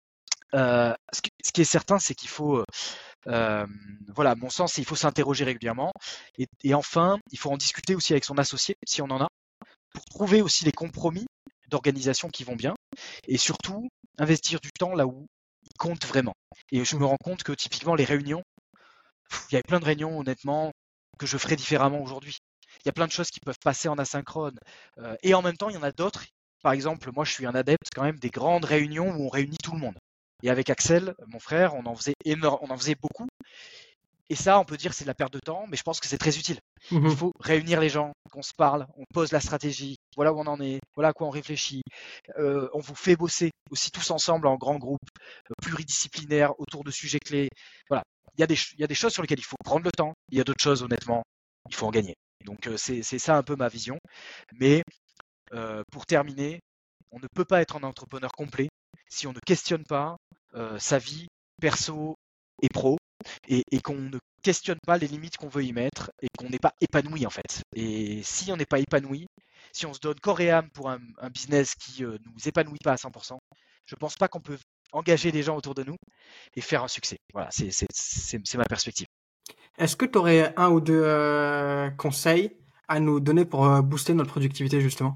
Euh, ce, qui, ce qui est certain, c'est qu'il faut, euh, euh, voilà, à mon sens, il faut s'interroger régulièrement. Et, et enfin, il faut en discuter aussi avec son associé, si on en a, pour trouver aussi les compromis d'organisation qui vont bien. Et surtout, investir du temps là où il compte vraiment. Et je me Mhm. rends compte que typiquement, les réunions, pff, il y avait plein de réunions, honnêtement, que je ferais différemment aujourd'hui. Il y a plein de choses qui peuvent passer en asynchrone. Euh, et en même temps, il y en a d'autres. Par exemple, moi, je suis un adepte quand même des grandes réunions où on réunit tout le monde. Et avec Axel, mon frère, on en faisait énorme, on en faisait beaucoup. Et ça, on peut dire c'est de la perte de temps, mais je pense que c'est très utile. Il Mhm. faut réunir les gens, qu'on se parle, on pose la stratégie, voilà où on en est, voilà à quoi on réfléchit. Euh, on vous fait bosser aussi tous ensemble en grand groupe, euh, pluridisciplinaire, autour de sujets clés. Voilà, il y, a des, il y a des choses sur lesquelles il faut prendre le temps, il y a d'autres choses, honnêtement, il faut en gagner. Donc euh, c'est c'est ça un peu ma vision. Mais euh, pour terminer, on ne peut pas être un entrepreneur complet si on ne questionne pas euh, sa vie perso et pro et, et qu'on ne questionne pas les limites qu'on veut y mettre et qu'on n'est pas épanoui en fait. Et si on n'est pas épanoui, si on se donne corps et âme pour un, un business qui euh, nous épanouit pas à cent pour cent, je pense pas qu'on peut engager les gens autour de nous et faire un succès. Voilà, c'est c'est- c'est- c'est ma perspective. Est-ce que tu aurais un ou deux euh, conseils à nous donner pour euh, booster notre productivité, justement?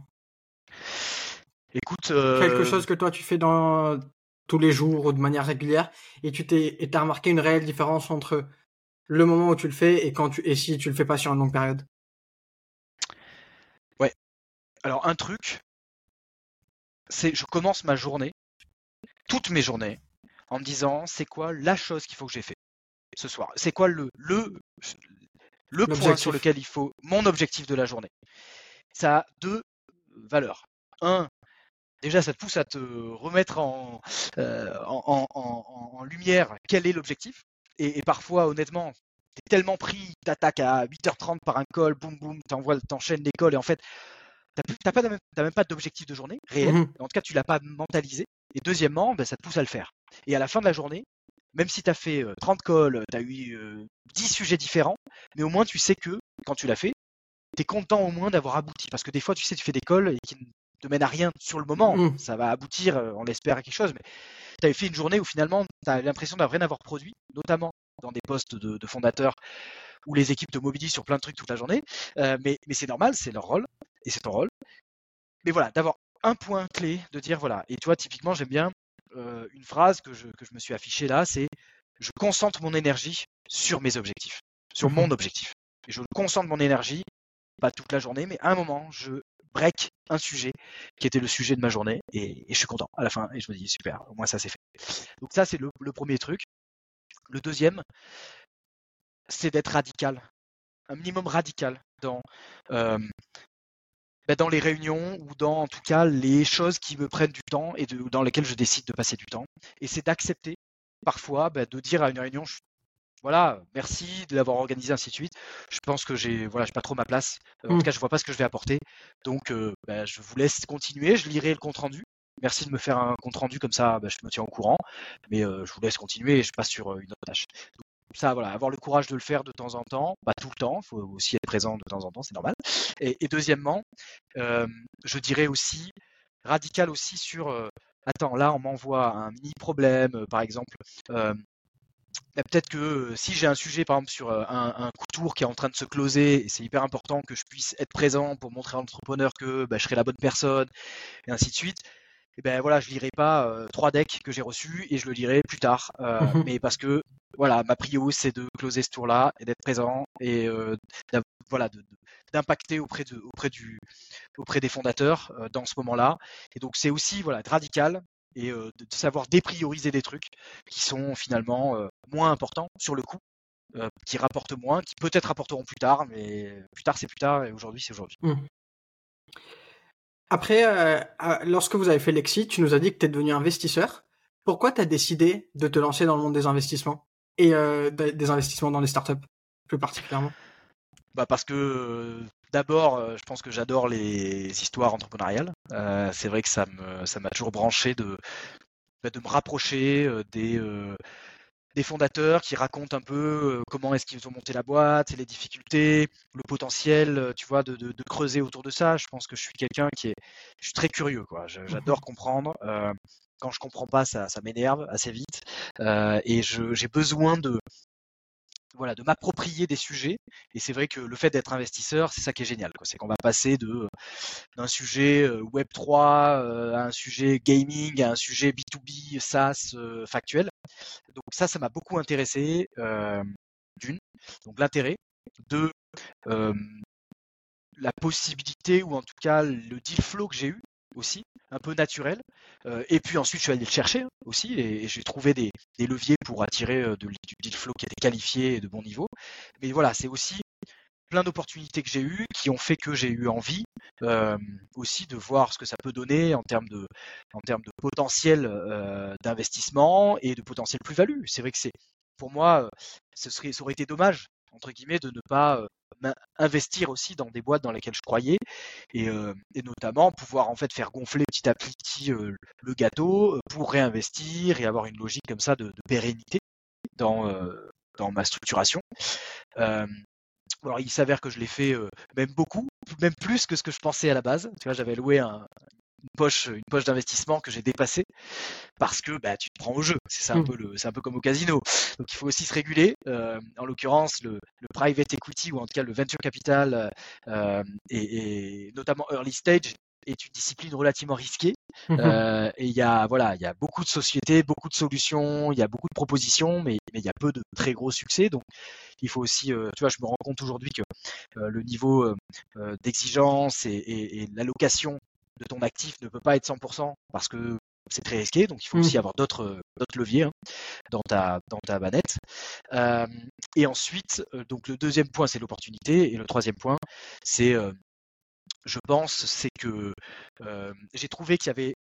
Écoute, Quelque euh, chose que toi tu fais dans tous les jours ou de manière régulière et tu t'es et t'as remarqué une réelle différence entre le moment où tu le fais et quand tu et si tu le fais pas sur une longue période. ouais. Alors un truc, c'est je commence ma journée, toutes mes journées, en me disant c'est quoi la chose qu'il faut que j'ai fait ce soir. C'est quoi le le le point sur L'objectif. lequel il faut mon objectif de la journée. Ça a deux valeurs. Un, déjà, ça te pousse à te remettre en, euh, en, en, en, en lumière quel est l'objectif. Et, et parfois, honnêtement, t'es tellement pris, t'attaques à huit heures trente par un call, boum boum, t'envoies, t'enchaînes les calls, et en fait, t'as, plus- t'as, pas, t'as même pas d'objectif de journée réel. Mhm. En tout cas, tu l'as pas mentalisé. Et deuxièmement, ben, ça te pousse à le faire. Et à la fin de la journée, même si tu as fait euh, trente calls, tu as eu euh, dix sujets différents, mais au moins tu sais que quand tu l'as fait, tu es content au moins d'avoir abouti. Parce que des fois, tu sais, tu fais des calls et qui ne te mènent à rien sur le moment. Mhm. Ça va aboutir, euh, on l'espère, à quelque chose. Mais tu avais fait une journée où finalement, tu as l'impression d'avoir rien avoir produit, notamment dans des postes de, de fondateurs où les équipes te mobilisent sur plein de trucs toute la journée. Euh, mais mais c'est normal, c'est leur rôle et c'est ton rôle. Mais voilà, d'avoir un point clé, de dire voilà. Et tu vois, typiquement, j'aime bien euh, une phrase que je, que je me suis affichée là, c'est je concentre mon énergie sur mes objectifs, sur Mhm. mon objectif. Et je concentre mon énergie, pas toute la journée, mais à un moment, je break un sujet qui était le sujet de ma journée et, et je suis content à la fin et je me dis super, au moins ça c'est fait. Donc ça c'est le, le premier truc. Le deuxième, c'est d'être radical, un minimum radical dans euh, bah, dans les réunions ou dans en tout cas les choses qui me prennent du temps et de, dans lesquelles je décide de passer du temps. Et c'est d'accepter parfois bah, de dire à une réunion, je- voilà, merci de l'avoir organisé, ainsi de suite. Je pense que j'ai voilà, j'ai pas trop ma place. Euh, en tout Mhm. cas, je vois pas ce que je vais apporter. Donc, euh, bah, je vous laisse continuer. Je lirai le compte rendu. Merci de me faire un compte rendu comme ça, bah, je me tiens au courant. Mais euh, je vous laisse continuer et je passe sur euh, une autre tâche. Ça, voilà, avoir le courage de le faire de temps en temps, pas tout le temps, il faut aussi être présent de temps en temps, c'est normal. Et, et deuxièmement, euh, je dirais aussi, radical aussi sur, euh, attends, là on m'envoie un mini problème, euh, par exemple, euh, bah, peut-être que euh, si j'ai un sujet, par exemple, sur euh, un, un tour qui est en train de se closer, et c'est hyper important que je puisse être présent pour montrer à l'entrepreneur que bah, je serai la bonne personne, et ainsi de suite. Et ben voilà, je lirai pas euh, trois decks que j'ai reçus et je le lirai plus tard. Euh, Mhm. mais parce que voilà, ma prio, c'est de closer ce tour-là et d'être présent et euh, voilà, de, de, d'impacter auprès de, auprès du, auprès des fondateurs euh, dans ce moment-là. Et donc c'est aussi voilà, être radical et euh, de, de savoir déprioriser des trucs qui sont finalement euh, moins importants sur le coup, euh, qui rapportent moins, qui peut-être rapporteront plus tard, mais plus tard c'est plus tard et aujourd'hui c'est aujourd'hui. Mmh. Après, euh, lorsque vous avez fait l'exit, tu nous as dit que tu es devenu investisseur. Pourquoi tu as décidé de te lancer dans le monde des investissements et euh, des investissements dans les startups plus particulièrement? Bah parce que euh, d'abord, euh, je pense que j'adore les histoires entrepreneuriales. Euh, c'est vrai que ça me ça m'a toujours branché de bah, de me rapprocher euh, des euh, des fondateurs qui racontent un peu euh, comment est-ce qu'ils ont monté la boîte, les difficultés, le potentiel, euh, tu vois, de, de, de creuser autour de ça. Je pense que je suis quelqu'un qui est, je suis très curieux, quoi. J'adore comprendre. Euh, quand je comprends pas, ça, ça m'énerve assez vite, euh, et je, j'ai besoin de voilà, de m'approprier des sujets. Et c'est vrai que le fait d'être investisseur, c'est ça qui est génial, quoi. C'est qu'on va passer de d'un sujet web trois euh, à un sujet gaming, à un sujet B deux B, SaaS, euh, factuel. Donc ça, ça m'a beaucoup intéressé, euh, d'une, donc l'intérêt, deux, euh, la possibilité, ou en tout cas le deal flow que j'ai eu aussi, un peu naturel. Euh, et puis ensuite, je suis allé le chercher hein, aussi, et, et j'ai trouvé des, des leviers pour attirer euh, de, du deal flow qui était qualifié et de bon niveau. Mais voilà, c'est aussi plein d'opportunités que j'ai eues qui ont fait que j'ai eu envie euh, aussi de voir ce que ça peut donner en termes de, en termes de potentiel euh, d'investissement et de potentiel plus-value. C'est vrai que c'est, pour moi, ce serait, ça aurait été dommage entre guillemets de ne pas euh, investir aussi dans des boîtes dans lesquelles je croyais et, euh, et notamment pouvoir en fait faire gonfler petit à petit euh, le gâteau pour réinvestir et avoir une logique comme ça de, de pérennité dans, euh, dans ma structuration. Euh, alors il s'avère que je l'ai fait euh, même beaucoup, même plus que ce que je pensais à la base. Tu vois, j'avais loué un, une poche, une poche d'investissement que j'ai dépassée parce que bah, tu te prends au jeu. C'est ça un peu le, c'est un peu comme au casino. Donc il faut aussi se réguler. Euh, en l'occurrence, le, le private equity ou en tout cas le venture capital euh, et, et notamment early stage est une discipline relativement risquée. Euh, et il y a voilà, il y a beaucoup de sociétés, beaucoup de solutions, il y a beaucoup de propositions, mais mais il y a peu de très gros succès. Donc il faut aussi, euh, tu vois, je me rends compte aujourd'hui que euh, le niveau euh, d'exigence et, et, et l'allocation de ton actif ne peut pas être cent pour cent parce que c'est très risqué. Donc il faut aussi avoir d'autres d'autres leviers hein, dans ta dans ta manette. Euh, et ensuite, euh, donc le deuxième point c'est l'opportunité et le troisième point c'est euh, je pense, c'est que euh, j'ai trouvé qu'il y avait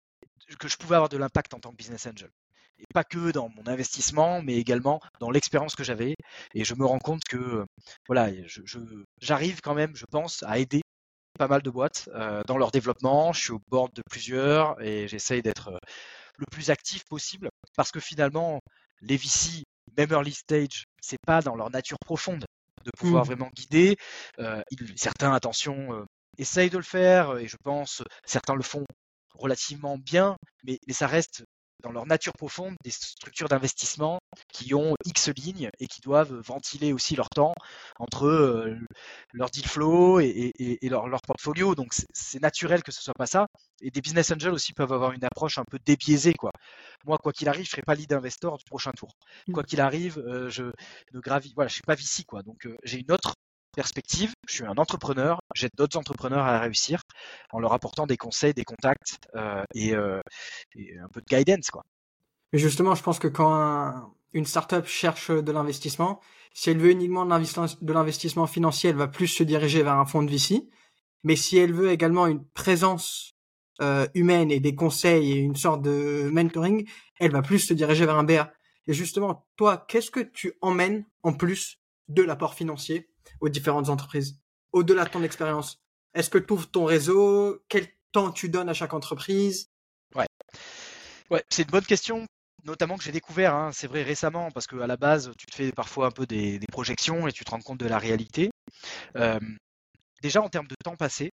que je pouvais avoir de l'impact en tant que business angel. Et pas que dans mon investissement, mais également dans l'expérience que j'avais. Et je me rends compte que voilà, je, je, j'arrive quand même, je pense, à aider pas mal de boîtes euh, dans leur développement. Je suis au board de plusieurs et j'essaye d'être euh, le plus actif possible parce que finalement, les V C, même early stage, c'est pas dans leur nature profonde de pouvoir mmh. vraiment guider. Euh, ils, certains, attention, euh, essayent de le faire et je pense certains le font relativement bien, mais, mais ça reste dans leur nature profonde des structures d'investissement qui ont X lignes et qui doivent ventiler aussi leur temps entre euh, leur deal flow et, et, et leur, leur portfolio. Donc c'est, c'est naturel que ce soit pas ça. Et des business angels aussi peuvent avoir une approche un peu débiaisée, quoi. Moi, quoi qu'il arrive, je serai pas lead investor du prochain tour. Quoi qu'il arrive, euh, je ne gravis, voilà, je suis pas V C, quoi. Donc euh, j'ai une autre perspective, je suis un entrepreneur, j'aide d'autres entrepreneurs à réussir en leur apportant des conseils, des contacts euh, et, euh, et un peu de guidance, quoi. Mais justement, je pense que quand un, une startup cherche de l'investissement, si elle veut uniquement de l'investissement financier, elle va plus se diriger vers un fonds de V C. Mais si elle veut également une présence euh, humaine et des conseils et une sorte de mentoring, elle va plus se diriger vers un B A. Et justement, toi, qu'est-ce que tu emmènes en plus de l'apport financier aux différentes entreprises, au-delà de ton expérience? Est-ce que tu ouvres ton réseau? Quel temps tu donnes à chaque entreprise? Ouais, ouais, c'est une bonne question, notamment que j'ai découvert, hein, c'est vrai récemment, parce qu'à la base, tu te fais parfois un peu des, des projections et tu te rends compte de la réalité. Euh, déjà, en termes de temps passé,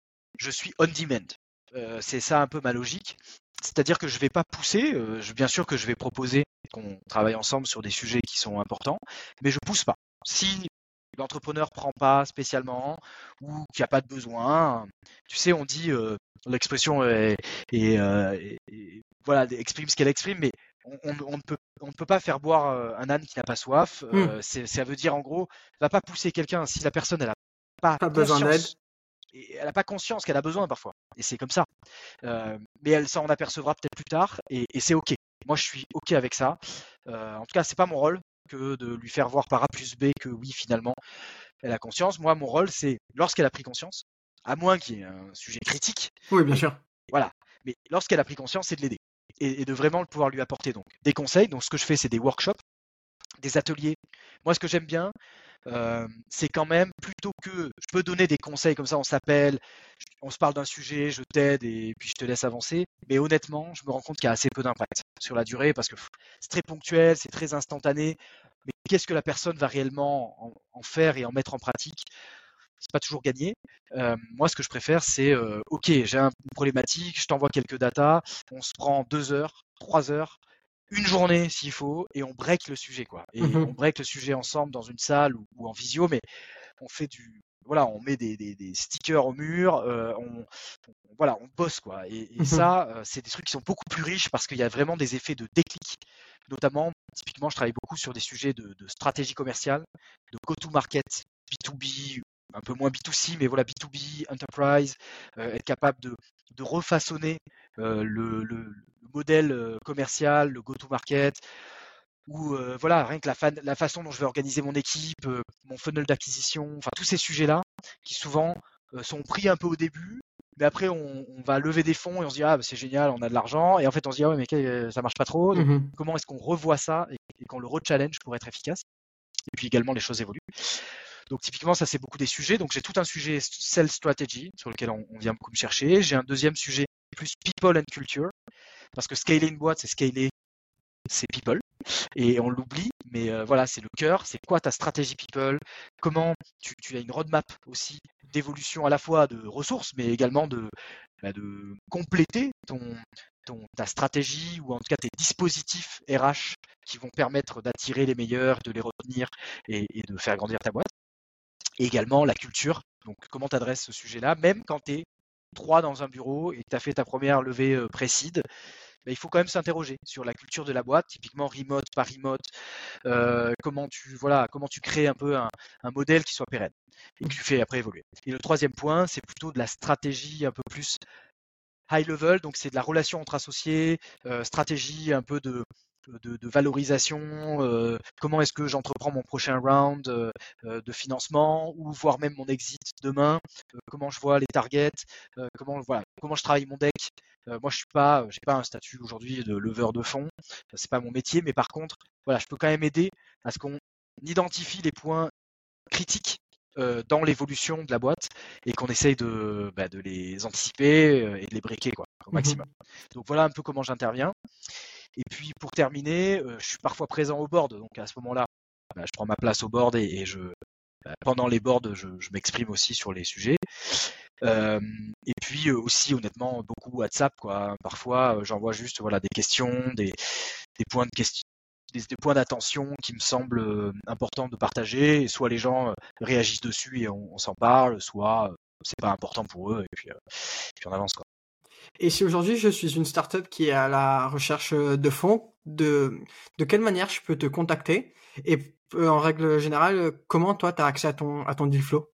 je suis on demand. Euh, c'est ça un peu ma logique. C'est-à-dire que je ne vais pas pousser, euh, je, bien sûr que je vais proposer qu'on travaille ensemble sur des sujets qui sont importants, mais je ne pousse pas. Si l'entrepreneur ne prend pas spécialement ou qu'il n'y a pas de besoin, tu sais, on dit, euh, l'expression est, est, euh, est, est, voilà, exprime ce qu'elle exprime, mais on, on, on ne peut, on ne peut pas faire boire euh, un âne qui n'a pas soif. Hmm. Euh, c'est, ça veut dire en gros, va pas pousser quelqu'un si la personne elle a pas Pas besoin d'aide. conscience, et elle a pas conscience qu'elle a besoin parfois. Et c'est comme ça. Euh, mais elle s'en apercevra peut-être plus tard, et, et c'est ok. Moi, je suis ok avec ça. Euh, en tout cas, c'est pas mon rôle que de lui faire voir par A plus B que oui, finalement, elle a conscience. Moi, mon rôle, c'est lorsqu'elle a pris conscience, à moins qu'il y ait un sujet critique, Oui, bien mais sûr. voilà. Mais lorsqu'elle a pris conscience, c'est de l'aider et, et de vraiment pouvoir lui apporter donc des conseils. Donc, ce que je fais, c'est des workshops, des ateliers. Moi, ce que j'aime bien, euh, c'est quand même plutôt que je peux donner des conseils comme ça, on s'appelle, on se parle d'un sujet, je t'aide et puis je te laisse avancer. Mais honnêtement, je me rends compte qu'il y a assez peu d'impact sur la durée parce que c'est très ponctuel, c'est très instantané. Mais qu'est-ce que la personne va réellement en, en faire et en mettre en pratique? C'est pas toujours gagné. Euh, moi, ce que je préfère, c'est euh, ok, j'ai une problématique, je t'envoie quelques datas, on se prend deux heures, trois heures, une journée s'il faut, et on break le sujet, quoi. Et on Mhm. break le sujet ensemble dans une salle ou, ou en visio, mais on fait du, voilà, on met des, des, des stickers au mur, euh, on, on, voilà, on bosse, quoi. Et, et Mhm. ça, euh, c'est des trucs qui sont beaucoup plus riches parce qu'il y a vraiment des effets de déclic. Notamment, typiquement, je travaille beaucoup sur des sujets de, de stratégie commerciale, de go-to-market, B deux B, un peu moins B deux C, mais voilà, B deux B, enterprise, euh, être capable de, de refaçonner euh, le, le, le, modèle euh, commercial, le go-to-market, ou euh, voilà, rien que la, fa- la, façon dont je vais organiser mon équipe, euh, mon funnel d'acquisition, enfin tous ces sujets-là qui souvent euh, sont pris un peu au début, mais après on, on, va lever des fonds et on se dit ah bah, c'est génial, on a de l'argent, et en fait on se dit ah ouais mais euh, ça marche pas trop, donc Mhm. comment est-ce qu'on revoit ça et, et qu'on le re-challenge pour être efficace? Et puis également les choses évoluent. Donc typiquement ça c'est beaucoup des sujets, donc j'ai tout un sujet sales strategy sur lequel on, on vient beaucoup me chercher, j'ai un deuxième sujet plus people and culture, parce que scaler une boîte c'est scaler c'est people et on l'oublie, mais euh, voilà, c'est le cœur, c'est quoi ta stratégie people, comment tu, tu as une roadmap aussi d'évolution à la fois de ressources, mais également de, bah, de compléter ton, ton, ta stratégie ou en tout cas tes dispositifs R H qui vont permettre d'attirer les meilleurs, de les retenir et, et de faire grandir ta boîte. Et également la culture, donc comment tu adresses ce sujet-là, même quand tu es trois dans un bureau et que tu as fait ta première levée euh, pré-seed, bah, il faut quand même s'interroger sur la culture de la boîte, typiquement remote, pas remote, euh, comment tu voilà, comment tu crées un peu un, un modèle qui soit pérenne et que tu fais après évoluer. Et le troisième point, c'est plutôt de la stratégie un peu plus high level, donc c'est de la relation entre associés, euh, stratégie un peu de de, de valorisation, euh, comment est-ce que j'entreprends mon prochain round euh, euh, de financement ou voire même mon exit demain, euh, comment je vois les targets, euh, comment voilà, comment je travaille mon deck. Euh, moi je suis pas, j'ai pas un statut aujourd'hui de leveur de fonds, c'est pas mon métier, mais par contre voilà, je peux quand même aider à ce qu'on identifie les points critiques euh, dans l'évolution de la boîte et qu'on essaye de, bah, de les anticiper euh, et de les breaker quoi, au maximum. Mhm. Donc voilà un peu comment j'interviens. Et puis pour terminer, euh, je suis parfois présent au board, donc à ce moment-là, bah, je prends ma place au board et, et je, bah, pendant les boards, je, je m'exprime aussi sur les sujets. Euh, et puis euh, aussi honnêtement beaucoup WhatsApp quoi. Parfois euh, j'envoie juste voilà des questions, des, des points de question, des, des points d'attention qui me semblent euh, importants de partager. Et soit les gens euh, réagissent dessus et on, on s'en parle, soit euh, c'est pas important pour eux et puis, euh, et puis on avance quoi. Et si aujourd'hui je suis une startup qui est à la recherche de fonds, de, de quelle manière je peux te contacter? Et euh, en règle générale, comment toi tu as accès à ton, à ton deal flow?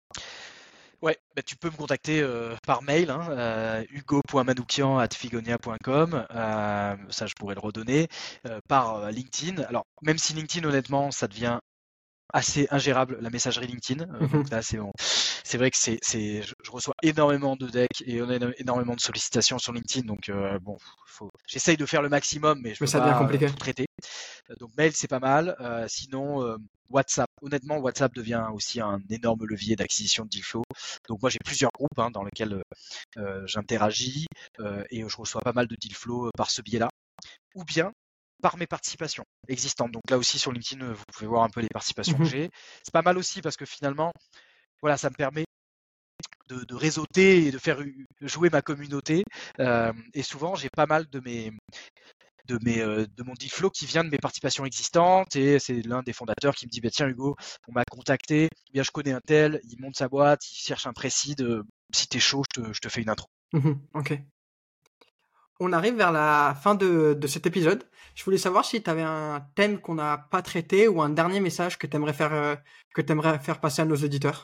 Ouais, bah, tu peux me contacter euh, par mail, hein, euh, hugo point manoukian arobase figonia point com, euh, ça je pourrais le redonner, euh, par euh, LinkedIn. Alors même si LinkedIn honnêtement ça devient assez ingérable la messagerie LinkedIn, euh, donc Mhm. là c'est bon. C'est vrai que c'est, c'est, je, je reçois énormément de decks et énormément de sollicitations sur LinkedIn, donc euh, bon, faut, j'essaye de faire le maximum, mais je Mais peux ça devient pas euh, compliqué. tout traiter. Donc mail c'est pas mal. Euh, sinon euh, WhatsApp, honnêtement WhatsApp devient aussi un énorme levier d'acquisition de deal flow. Donc moi j'ai plusieurs groupes hein, dans lesquels euh, j'interagis euh, et je reçois pas mal de deal flow par ce biais-là. Ou bien par mes participations existantes. Donc là aussi sur LinkedIn, vous pouvez voir un peu les participations que Mhm. j'ai. C'est pas mal aussi parce que finalement, voilà, ça me permet de, de réseauter et de faire jouer ma communauté. Euh, et souvent, j'ai pas mal de mes de mes euh, de mon deal flow qui vient de mes participations existantes et c'est l'un des fondateurs qui me dit bah, tiens Hugo, on m'a contacté, bien je connais un tel, il monte sa boîte, il cherche un précis de si t'es chaud, je te, je te fais une intro. Mhm. Ok. on arrive vers la fin de, de cet épisode. Je voulais savoir si tu avais un thème qu'on n'a pas traité ou un dernier message que tu aimerais faire, euh, que t'aimerais faire passer à nos auditeurs.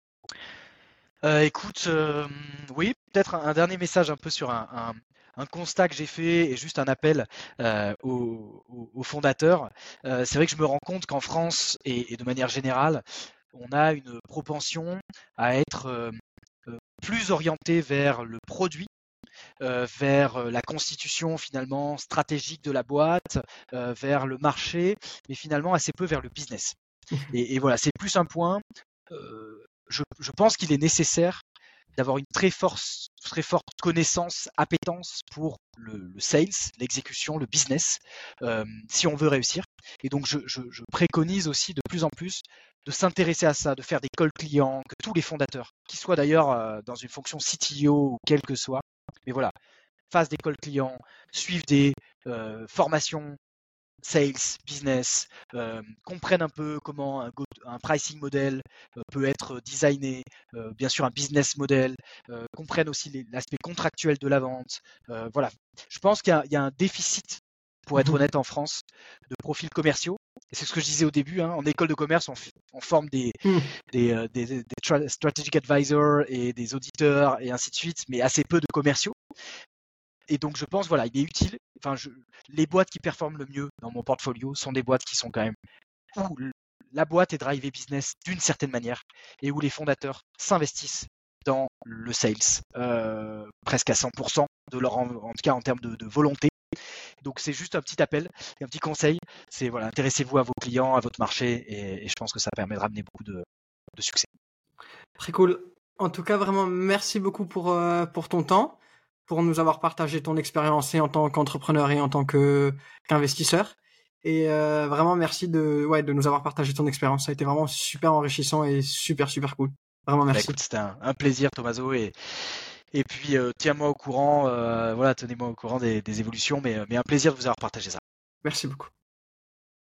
Euh, écoute, euh, oui, peut-être un, un dernier message un peu sur un, un- un constat que j'ai fait et juste un appel euh, aux, aux- aux fondateurs. Euh, c'est vrai que je me rends compte qu'en France et, et de manière générale, on a une propension à être euh, euh, plus orienté vers le produit, euh, vers euh, la constitution finalement stratégique de la boîte, euh, vers le marché, mais finalement assez peu vers le business. Et, et voilà, c'est plus un point. euh, je, je pense qu'il est nécessaire d'avoir une très, force, très forte connaissance, appétence pour le, le sales, l'exécution, le business, euh, si on veut réussir. Et donc, je, je, je préconise aussi de plus en plus de s'intéresser à ça, de faire des calls clients, que tous les fondateurs, qui soient d'ailleurs euh, dans une fonction C T O ou quel que soit, mais voilà, fassent des calls clients, suivent des euh, formations sales, business, euh, comprennent un peu comment un, go- un pricing model euh, peut être designé, euh, bien sûr un business model, euh, comprennent aussi les- l'aspect contractuel de la vente. Euh, voilà, je pense qu'il y a, il y a un déficit, pour être honnête, en France, de profils commerciaux. Et c'est ce que je disais au début, hein, en école de commerce, on, f- on forme des, des, euh, des- des tra- strategic advisors et des auditeurs et ainsi de suite, mais assez peu de commerciaux. Et donc je pense, voilà, il est utile. Enfin, je, les boîtes qui performent le mieux dans mon portfolio sont des boîtes qui sont quand même où la boîte est drivée business d'une certaine manière et où les fondateurs s'investissent dans le sales euh, presque à cent pour cent de leur, en, en tout cas en termes de, de volonté. Donc c'est juste un petit appel et un petit conseil. C'est voilà, intéressez-vous à vos clients, à votre marché et, et je pense que ça permet de ramener beaucoup de, de succès. Très cool. En tout cas, vraiment, merci beaucoup pour, euh, pour ton temps, pour nous avoir partagé ton expérience et en tant qu'entrepreneur et en tant que, qu'investisseur. Et euh, vraiment, merci de, ouais, de nous avoir partagé ton expérience. Ça a été vraiment super enrichissant et super, super cool. Vraiment, Bah merci. écoute, c'était un, un plaisir, Tommaso, et, et puis euh, tiens-moi au courant, euh, voilà, tenez-moi au courant des, des évolutions, mais, mais un plaisir de vous avoir partagé ça. Merci beaucoup.